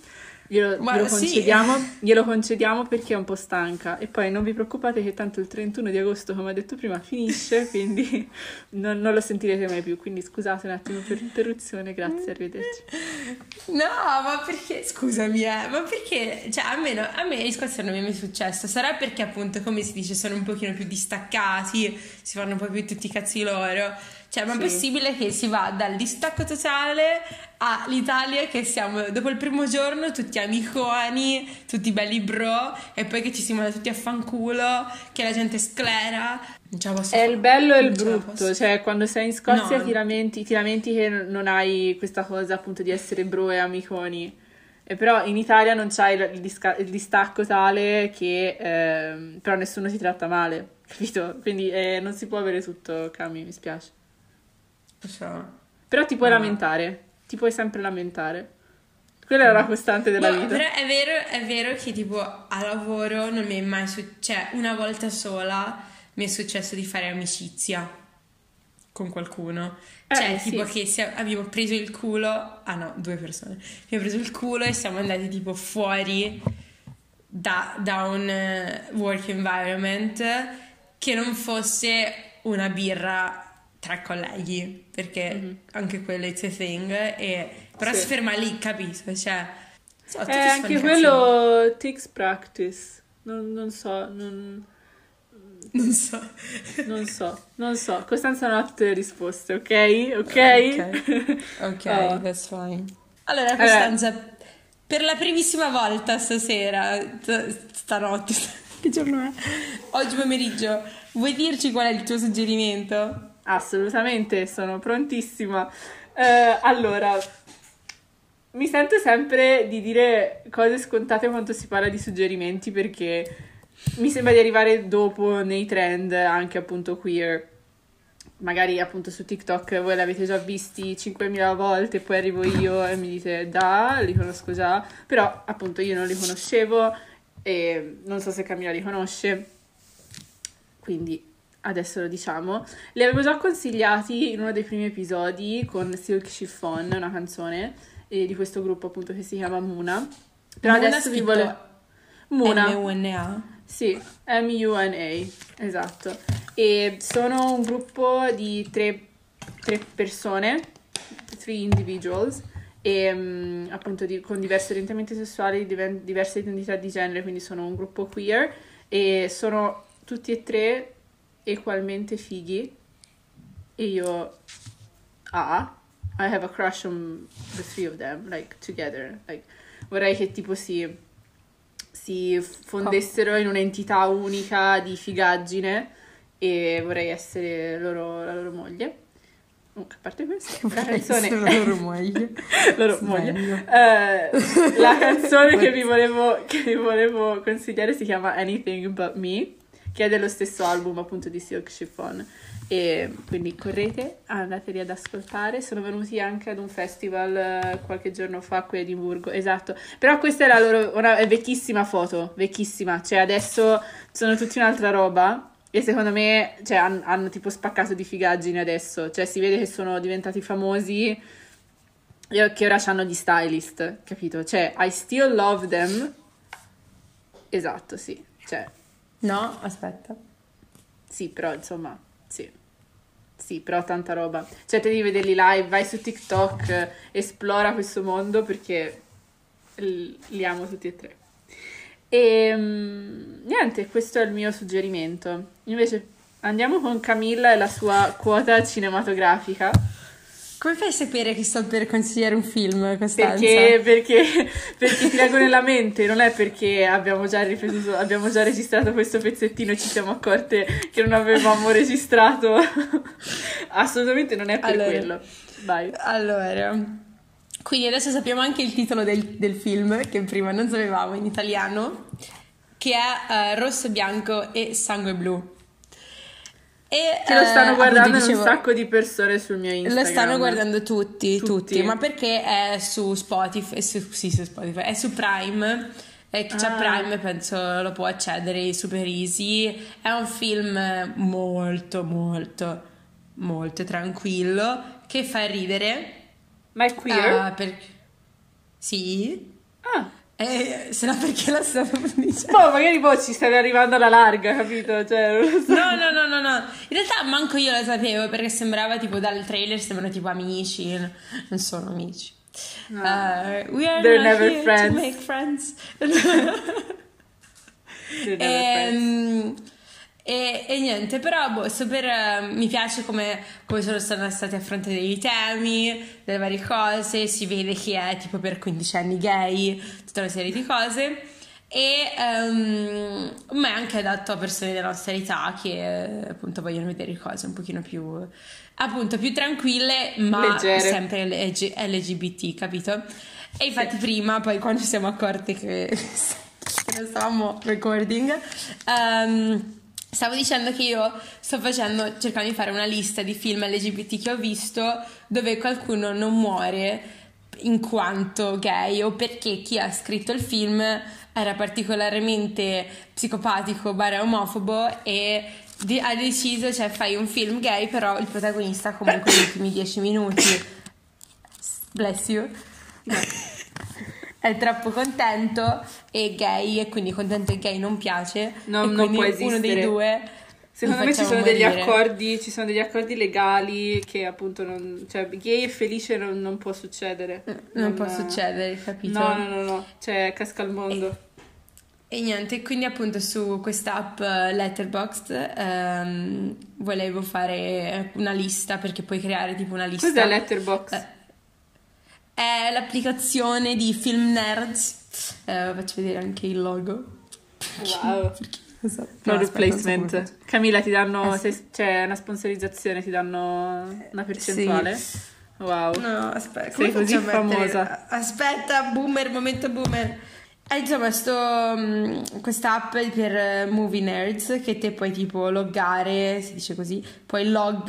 Glielo concediamo perché è un po' stanca, e poi non vi preoccupate che tanto il 31 di agosto, come ho detto prima, finisce, quindi non lo sentirete mai più, quindi scusate un attimo per l'interruzione, grazie, arrivederci. No, ma perché, scusami, ma perché, cioè a me in Scozia non mi è mai successo, sarà perché appunto, come si dice, sono un pochino più distaccati, si fanno un po' più tutti i cazzi loro, cioè ma è possibile che si va dal distacco totale all'Italia che siamo dopo il primo giorno tutti amiconi, tutti belli bro, e poi che ci si manda tutti a fanculo, che la gente sclera. Non ce la posso fare. Il bello e il brutto, cioè quando sei in Scozia ti lamenti che non hai questa cosa appunto di essere bro e amiconi, E però in Italia non c'hai il distacco tale che però nessuno ti tratta male, capito? Quindi non si può avere tutto, Cami, mi spiace. Lo so. Però ti puoi lamentare, ti puoi sempre lamentare. Quella è la costante della vita. Però è vero che tipo a lavoro non mi è mai cioè una volta sola mi è successo di fare amicizia con qualcuno. Cioè tipo che abbiamo preso il culo, ah no, 2 persone. Abbiamo preso il culo e siamo andati tipo fuori da un work environment che non fosse una birra tra colleghi, perché anche quello è a thing, però si ferma lì, capito? Cioè, anche quello takes practice. Non so. Costanza non ha tutte le risposte, ok? Ok, that's fine. Allora, Costanza, per la primissima volta stasera, stanotte, che giorno è? Oggi pomeriggio, vuoi dirci qual è il tuo suggerimento? Assolutamente, sono prontissima. Allora, mi sento sempre di dire cose scontate quando si parla di suggerimenti, perché mi sembra di arrivare dopo nei trend, anche appunto queer. Magari appunto su TikTok voi l'avete già visti 5.000 volte, poi arrivo io e mi dite li conosco già, però appunto io non li conoscevo e non so se Camilla li conosce, quindi adesso lo diciamo. Li avevo già consigliati in uno dei primi episodi con Silk Chiffon, una canzone di questo gruppo appunto che si chiama Muna. Però Muna adesso vi volevo... Muna. M-U-N-A? Sì, M-U-N-A, esatto. E sono un gruppo di tre persone, 3 individuals, e appunto con diversi orientamenti sessuali, diverse identità di genere, quindi sono un gruppo queer e sono tutti e 3 equalmente fighi. E io I have a crush on the 3 of them, like together, like vorrei che tipo si fondessero in un'entità unica di figaggine e vorrei essere la loro moglie. Comunque, a parte questo, la canzone la loro moglie. La canzone che vi volevo consigliare si chiama Anything But Me, che è dello stesso album appunto di Silk Chiffon, e quindi correte, andateli ad ascoltare. Sono venuti anche ad un festival qualche giorno fa qui a Edimburgo, esatto, però questa è la loro è vecchissima foto, vecchissima, cioè adesso sono tutti un'altra roba e secondo me cioè, hanno tipo spaccato di figaggine adesso, cioè si vede che sono diventati famosi e che ora hanno gli stylist, capito? Cioè I still love them, esatto, sì, cioè no, aspetta, sì, però insomma sì, però tanta roba. Cioè, te devi vederli live, vai su TikTok, esplora questo mondo perché li amo tutti e 3. E niente, questo è il mio suggerimento. Invece andiamo con Camilla e la sua quota cinematografica. Come fai a sapere che sto per consigliare un film, Costanza? Perché ti leggo nella mente, non è perché abbiamo già registrato questo pezzettino e ci siamo accorte che non avevamo registrato. Assolutamente non è per quello. Vai. Allora, quindi adesso sappiamo anche il titolo del film, che prima non sapevamo in italiano, che è Rosso, Bianco e Sangue Blu. E, che lo stanno guardando un sacco di persone sul mio Instagram. Lo stanno guardando tutti, ma perché è su Spotify, su Spotify, è su Prime, e chi c'ha Prime penso lo può accedere super easy. È un film molto molto molto tranquillo che fa ridere. Ma è queer? Sì. Se no perché la stavo dicendo? Magari ci stai arrivando alla larga, capito? Cioè, non lo so. No. In realtà manco io lo sapevo perché sembrava tipo dal trailer sembrano tipo amici. Non sono amici. No. We are They're not never here friends. to make friends. They're never friends. E niente, però mi piace come sono stati affrontati i temi, delle varie cose, si vede che è tipo per 15 anni gay, tutta una serie di cose, ma è anche adatto a persone della nostra età che appunto vogliono vedere cose un pochino più tranquille, ma leggere, sempre LGBT, capito? E infatti prima, poi quando ci siamo accorti che non stavamo recording, stavo dicendo che io sto cercando di fare una lista di film LGBT che ho visto dove qualcuno non muore in quanto gay o perché chi ha scritto il film era particolarmente psicopatico / omofobo e ha deciso, cioè fai un film gay però il protagonista comunque negli ultimi 10 minuti, bless you, è troppo contento e gay e quindi contento e gay non piace non può esistere. Uno dei due secondo me ci sono degli accordi legali che appunto cioè gay e felice non può succedere, non può succedere, capito? No, cioè casca il mondo. E niente, quindi appunto su questa app Letterboxd volevo fare una lista perché puoi creare tipo una lista. Cos'è Letterboxd? È l'applicazione di film nerds. Faccio vedere anche il logo. Wow. Product placement. Camilla, ti danno c'è una sponsorizzazione, ti danno una percentuale? Sì. Wow. No, aspetta, sei così famosa. Aspetta, momento boomer. Insomma, questa app per movie nerds che te puoi tipo loggare, si dice così, puoi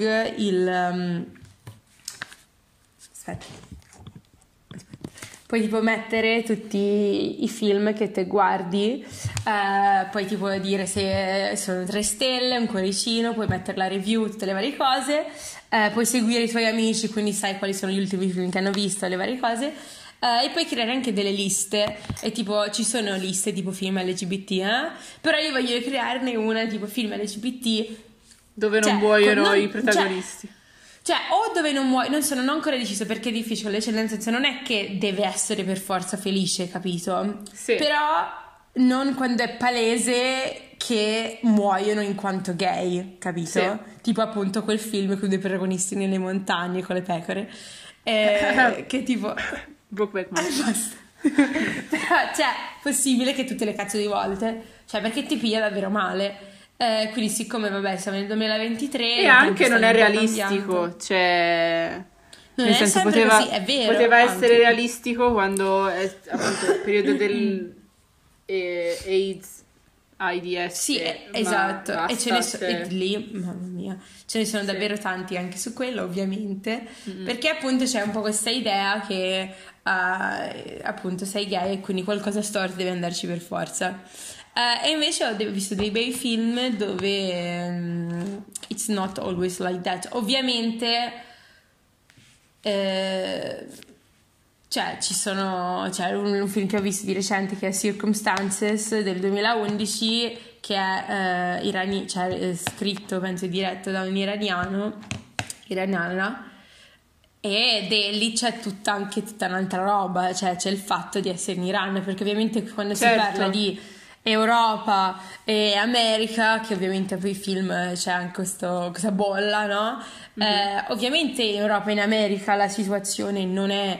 puoi tipo mettere tutti i film che te guardi, puoi tipo dire se sono 3 stelle, un cuoricino, puoi mettere la review, tutte le varie cose, puoi seguire i tuoi amici, quindi sai quali sono gli ultimi film che hanno visto, le varie cose. E puoi creare anche delle liste e tipo ci sono liste tipo film LGBT, però io voglio crearne una tipo film LGBT dove non muoiono i protagonisti, cioè o dove non muoiono, non ho ancora deciso perché è difficile, cioè nel senso non è che deve essere per forza felice, capito? Sì. Però non quando è palese che muoiono in quanto gay, capito? Sì. Tipo appunto quel film con dei protagonisti nelle montagne con le pecore, che tipo Brokeback Mountain. basta. Però cioè possibile che tutte le cazzo di volte, cioè perché ti piglia davvero male, quindi siccome vabbè siamo nel 2023 e anche non è realistico, cioè non nel è senso sempre poteva, così, è vero, poteva anche essere realistico quando è appunto il periodo del AIDS sì, esatto, e ce ne sono lì, mamma mia, ce ne sono davvero tanti anche su quello ovviamente, perché appunto c'è un po' questa idea che appunto sei gay e quindi qualcosa storto deve andarci per forza, e invece ho visto dei bei film dove it's not always like that, ovviamente cioè c'è un film che ho visto di recente che è Circumstances del 2011 che è scritto penso e diretto da un iraniana, ed lì c'è anche tutta un'altra roba, cioè c'è il fatto di essere in Iran, perché ovviamente quando si parla di Europa e America, che ovviamente poi i film c'è anche questa bolla, no? Ovviamente in Europa e in America la situazione non è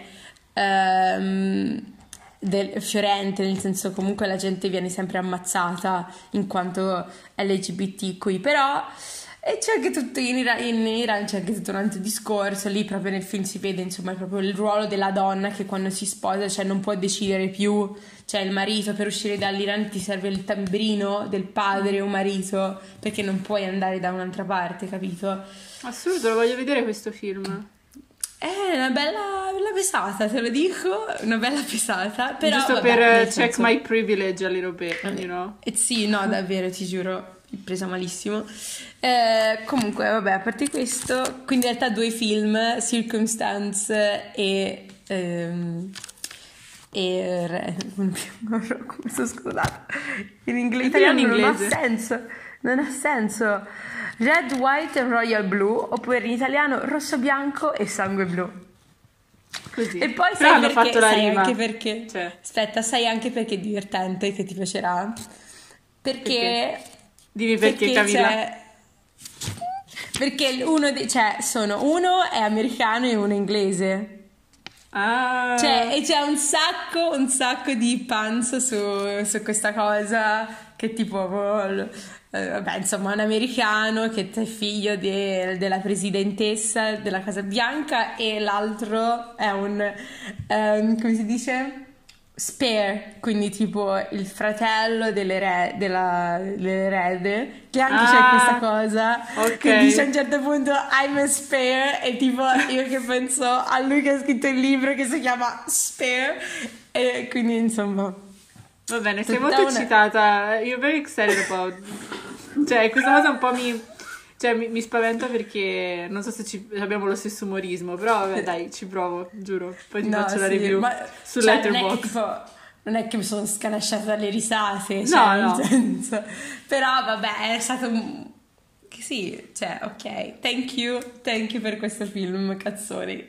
fiorente, nel senso comunque la gente viene sempre ammazzata in quanto LGBTQI, però e c'è anche tutto in Iran c'è anche tutto un altro discorso, lì proprio nel film si vede insomma proprio il ruolo della donna che quando si sposa cioè non può decidere più, cioè il marito per uscire dall'Iran ti serve il tamburino del padre o marito perché non puoi andare da un'altra parte, capito? Assurdo, lo voglio vedere questo film. È una bella pesata, te lo dico, una bella pesata, però giusto per check my privilege a little bit, you know? Sì, no, davvero, ti giuro, presa malissimo. Comunque, vabbè, a parte questo, quindi in realtà 2 film, Circumstance e come sono scusata in inglese, italiano non ha senso. Red, White and Royal Blue, oppure in italiano Rosso, Bianco e Sangue Blu. Così. E poi però hanno fatto la rima. Anche perché, cioè. Aspetta, sai anche perché è divertente, che ti piacerà? Perché? Dimmi perché Camilla. Perché uno è americano e uno è inglese. Ah. Cioè, e c'è un sacco di panzo su questa cosa che tipo, vabbè, insomma, un americano che è figlio della presidentessa della Casa Bianca e l'altro è come si dice? Spare, quindi tipo il fratello dell'erede, che anche c'è questa cosa, che dice a un certo punto I'm a spare, e tipo io che penso a lui che ha scritto il libro che si chiama Spare, e quindi insomma... Va bene, sei molto eccitata, you're very excited about, cioè questa cosa un po' mi spaventa perché non so se abbiamo lo stesso umorismo, però vabbè dai, ci provo, giuro, poi ti faccio la review su Letterboxd. Non è che mi sono scanasciata dalle risate, no. nel senso, però vabbè, è stato sì, cioè, ok, thank you per questo film, cazzoni.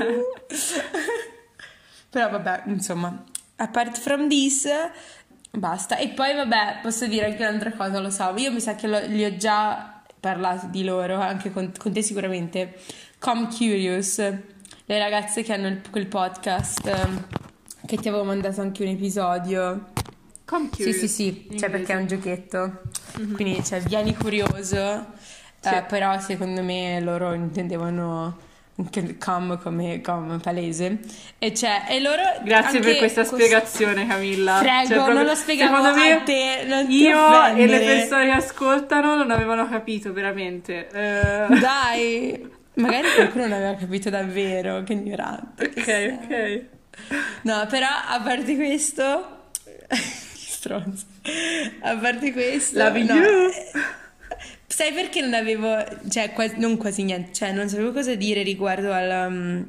Però vabbè, insomma, apart from this, basta. E poi vabbè, posso dire anche un'altra cosa, lo so, io mi sa che li ho già parlato di loro, anche con te sicuramente. Come Curious, le ragazze che hanno quel podcast che ti avevo mandato anche un episodio. Come Curious? Sì, cioè perché è un giochetto, quindi cioè vieni curioso, però secondo me loro intendevano come palese, e loro grazie per questa spiegazione, Camilla. Prego, cioè, proprio, non lo spiegavo a te, non ti io offendere. E le persone che ascoltano non avevano capito veramente. Dai, magari qualcuno non aveva capito davvero, che ignorante. Ok. No, però a parte questo stronzo, a parte questo love you. Sai perché non avevo, cioè non quasi niente, cioè non sapevo cosa dire riguardo al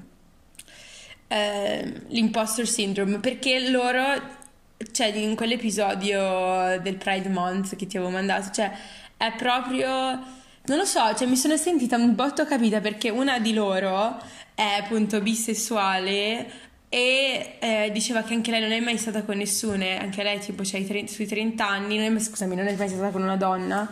l'imposter syndrome, perché loro, cioè in quell'episodio del Pride Month che ti avevo mandato, cioè è proprio, non lo so, cioè mi sono sentita un botto capita, perché una di loro è appunto bisessuale e diceva che anche lei non è mai stata con nessuno, anche lei tipo sui 30 anni, non è mai stata con una donna,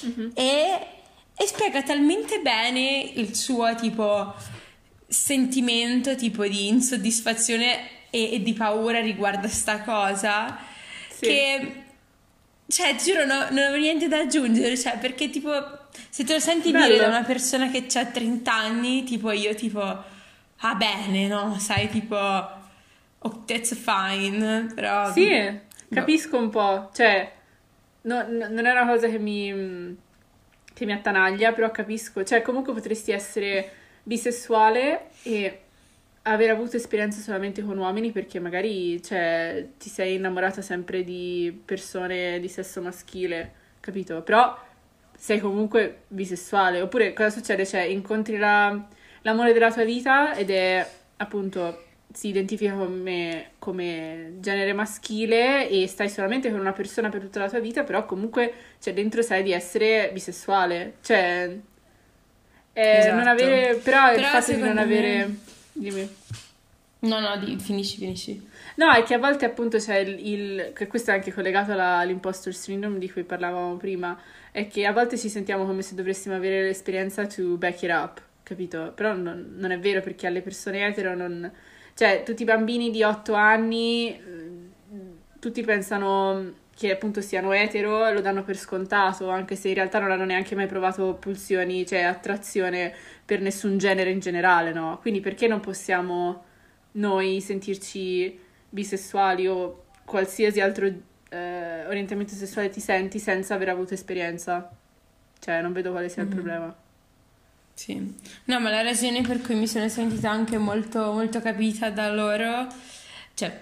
e spiega talmente bene il suo tipo sentimento tipo di insoddisfazione e di paura riguardo a sta cosa, che cioè giuro non avevo niente da aggiungere, cioè perché tipo se te lo senti dire da una persona che ha 30 anni, tipo io tipo va bene, no? Sai, tipo oh, that's fine, però sì, capisco un po', cioè non è una cosa che mi attanaglia, però capisco, cioè comunque potresti essere bisessuale e aver avuto esperienze solamente con uomini perché magari, cioè, ti sei innamorata sempre di persone di sesso maschile, capito? Però sei comunque bisessuale, oppure cosa succede? Cioè, incontri l'amore della tua vita ed è appunto si identifica come genere maschile e stai solamente con una persona per tutta la tua vita, però comunque cioè, dentro sai di essere bisessuale, cioè esatto. Non avere, però il fatto di non avere dimmi. No, finisci. No, è che a volte appunto c'è che questo è anche collegato all'imposter syndrome di cui parlavamo prima, è che a volte ci sentiamo come se dovessimo avere l'esperienza to back it up, capito? Però non è vero, perché alle persone etero non... Cioè, tutti i bambini di 8 anni, tutti pensano che appunto siano etero e lo danno per scontato, anche se in realtà non hanno neanche mai provato pulsioni, cioè attrazione per nessun genere in generale, no? Quindi perché non possiamo noi sentirci bisessuali o qualsiasi altro orientamento sessuale ti senti senza aver avuto esperienza? Cioè, non vedo quale sia il problema. Sì, no, ma la ragione per cui mi sono sentita anche molto, molto capita da loro, cioè,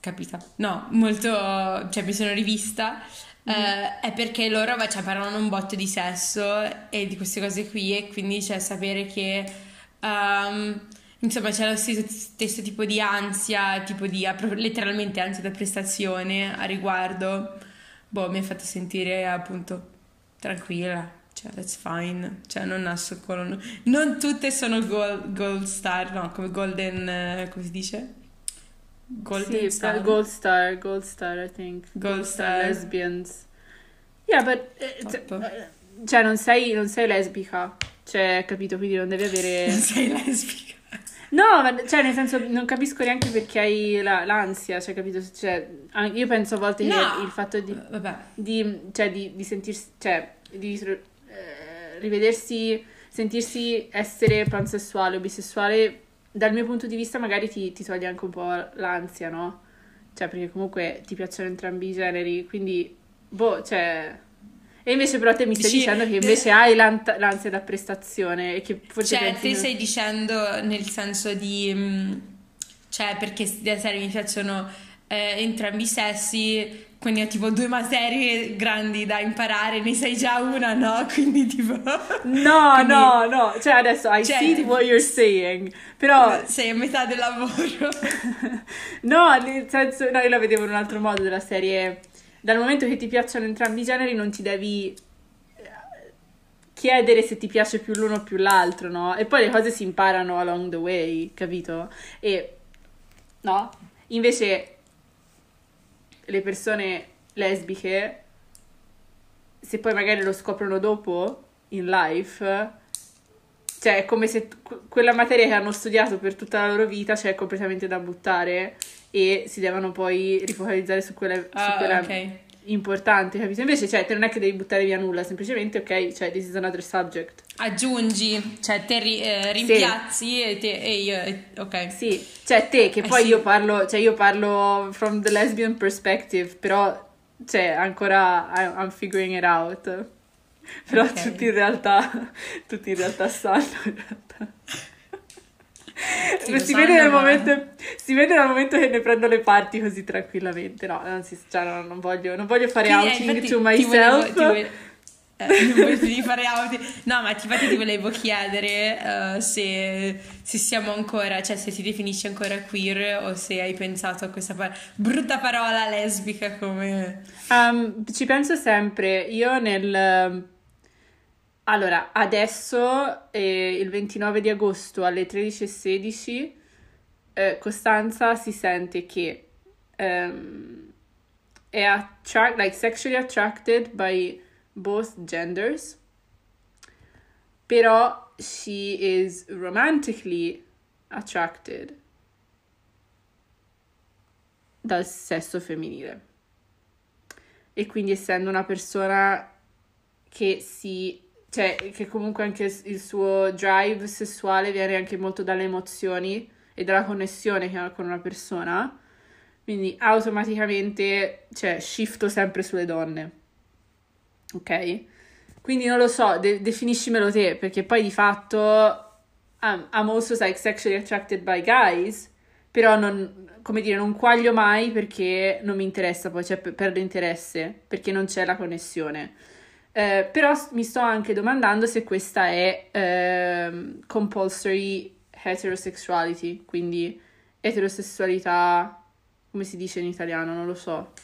cioè mi sono rivista, è perché loro cioè, parlano un botto di sesso e di queste cose qui, e quindi c'è sapere che, insomma, c'è lo stesso tipo di ansia, letteralmente ansia da prestazione a riguardo, mi ha fatto sentire appunto tranquilla. Cioè, that's fine. Cioè, non tutte sono gold star, no, come golden, come si dice? Golden star. Gold star, I think. Gold star. Lesbians. Yeah, but cioè, non sei lesbica. Cioè, capito? Quindi non devi avere... Non sei lesbica. No, ma cioè, nel senso, non capisco neanche perché hai l'ansia, cioè, capito? Cioè, io penso a volte che No, il fatto vabbè. cioè, di sentirsi, cioè, di rivedersi, sentirsi essere pansessuale o bisessuale, dal mio punto di vista magari ti toglie anche un po' l'ansia, no? Cioè, perché comunque ti piacciono entrambi i generi, quindi, boh, cioè... E invece però te mi stai Dici, dicendo che invece hai l'ansia da prestazione e che forse cioè, pensi... te stai dicendo nel senso di... cioè, perché da serie mi piacciono entrambi i sessi, quindi ho tipo 2 materie grandi da imparare, ne sai già una, no? Quindi tipo... No, quindi, no, no, cioè adesso I cioè, see what you're saying, però sei a metà del lavoro. no, nel senso, no, io la vedevo in un altro modo della serie, dal momento che ti piacciono entrambi i generi non ti devi chiedere se ti piace più l'uno o più l'altro, no? E poi le cose si imparano along the way, capito? E, no? Invece le persone lesbiche, se poi magari lo scoprono dopo in life, cioè è come se quella materia che hanno studiato per tutta la loro vita, cioè è completamente da buttare e si devono poi rifocalizzare su quella Ok. importante, capito? Invece, cioè, te non è che devi buttare via nulla, semplicemente, ok, cioè, this is another subject. Aggiungi, cioè te rimpiazzi e io, ok. Sì, cioè te, che poi sì. io parlo from the lesbian perspective, però, cioè, ancora I'm figuring it out. Però Ok. tutti in realtà sanno, in realtà. Sì, lo Si vede sanno, si vede dal momento che ne prendo le parti così tranquillamente. No, anzi, cioè, non voglio fare outing infatti to myself. non volevo fare outing. No, ma infatti ti volevo chiedere se siamo ancora, cioè se ti definisci ancora queer o se hai pensato a questa brutta parola lesbica come... Ci penso sempre. Io Allora, adesso, il 29 di agosto alle 13:16, Costanza si sente che è sexually attracted by both genders, però she is romantically attracted dal sesso femminile. E quindi essendo una persona che cioè, che comunque anche il suo drive sessuale viene anche molto dalle emozioni e dalla connessione che ha con una persona, quindi automaticamente, cioè, shifto sempre sulle donne, ok? Quindi non lo so, definiscimelo te, perché poi di fatto I'm also like sexually attracted by guys, però come dire, non quaglio mai perché non mi interessa, poi cioè perdo interesse, perché non c'è la connessione. Però mi sto anche domandando se questa è compulsory heterosexuality, quindi eterosessualità, come si dice in italiano, non lo so,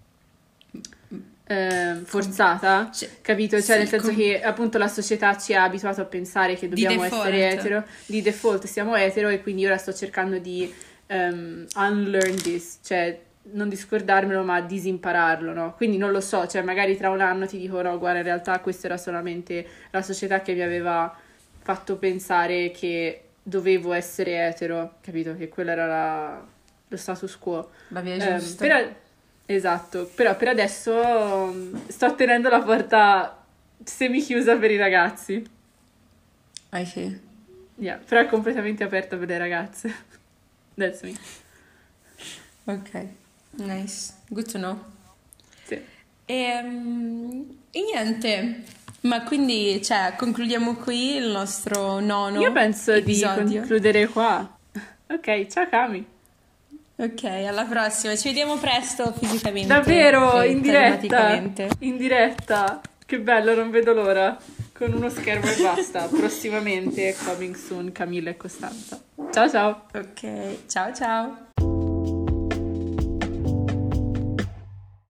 forzata, capito? Cioè nel senso che appunto la società ci ha abituato a pensare che dobbiamo essere etero, di default siamo etero e quindi ora sto cercando di unlearn this, cioè non discordarmelo ma disimpararlo, no? Quindi non lo so, cioè magari tra un anno ti dico no, guarda in realtà questa era solamente la società che mi aveva fatto pensare che dovevo essere etero, capito? Che quello era lo status quo. Va via, giusto. Esatto, però per adesso sto tenendo la porta semi-chiusa per i ragazzi. I see. Yeah, però è completamente aperta per le ragazze. That's me. Ok, nice, good to know. Sì. E niente, ma quindi, cioè, concludiamo qui il nostro nono Io penso episodio. di concludere qua. Ok, ciao Cami. Ok, alla prossima. Ci vediamo presto fisicamente. Davvero, e in diretta. telematicamente. In diretta. Che bello, non vedo l'ora. Con uno schermo e basta. Prossimamente, coming soon, Camilla e Costanza. Ciao ciao. Ok, ciao ciao.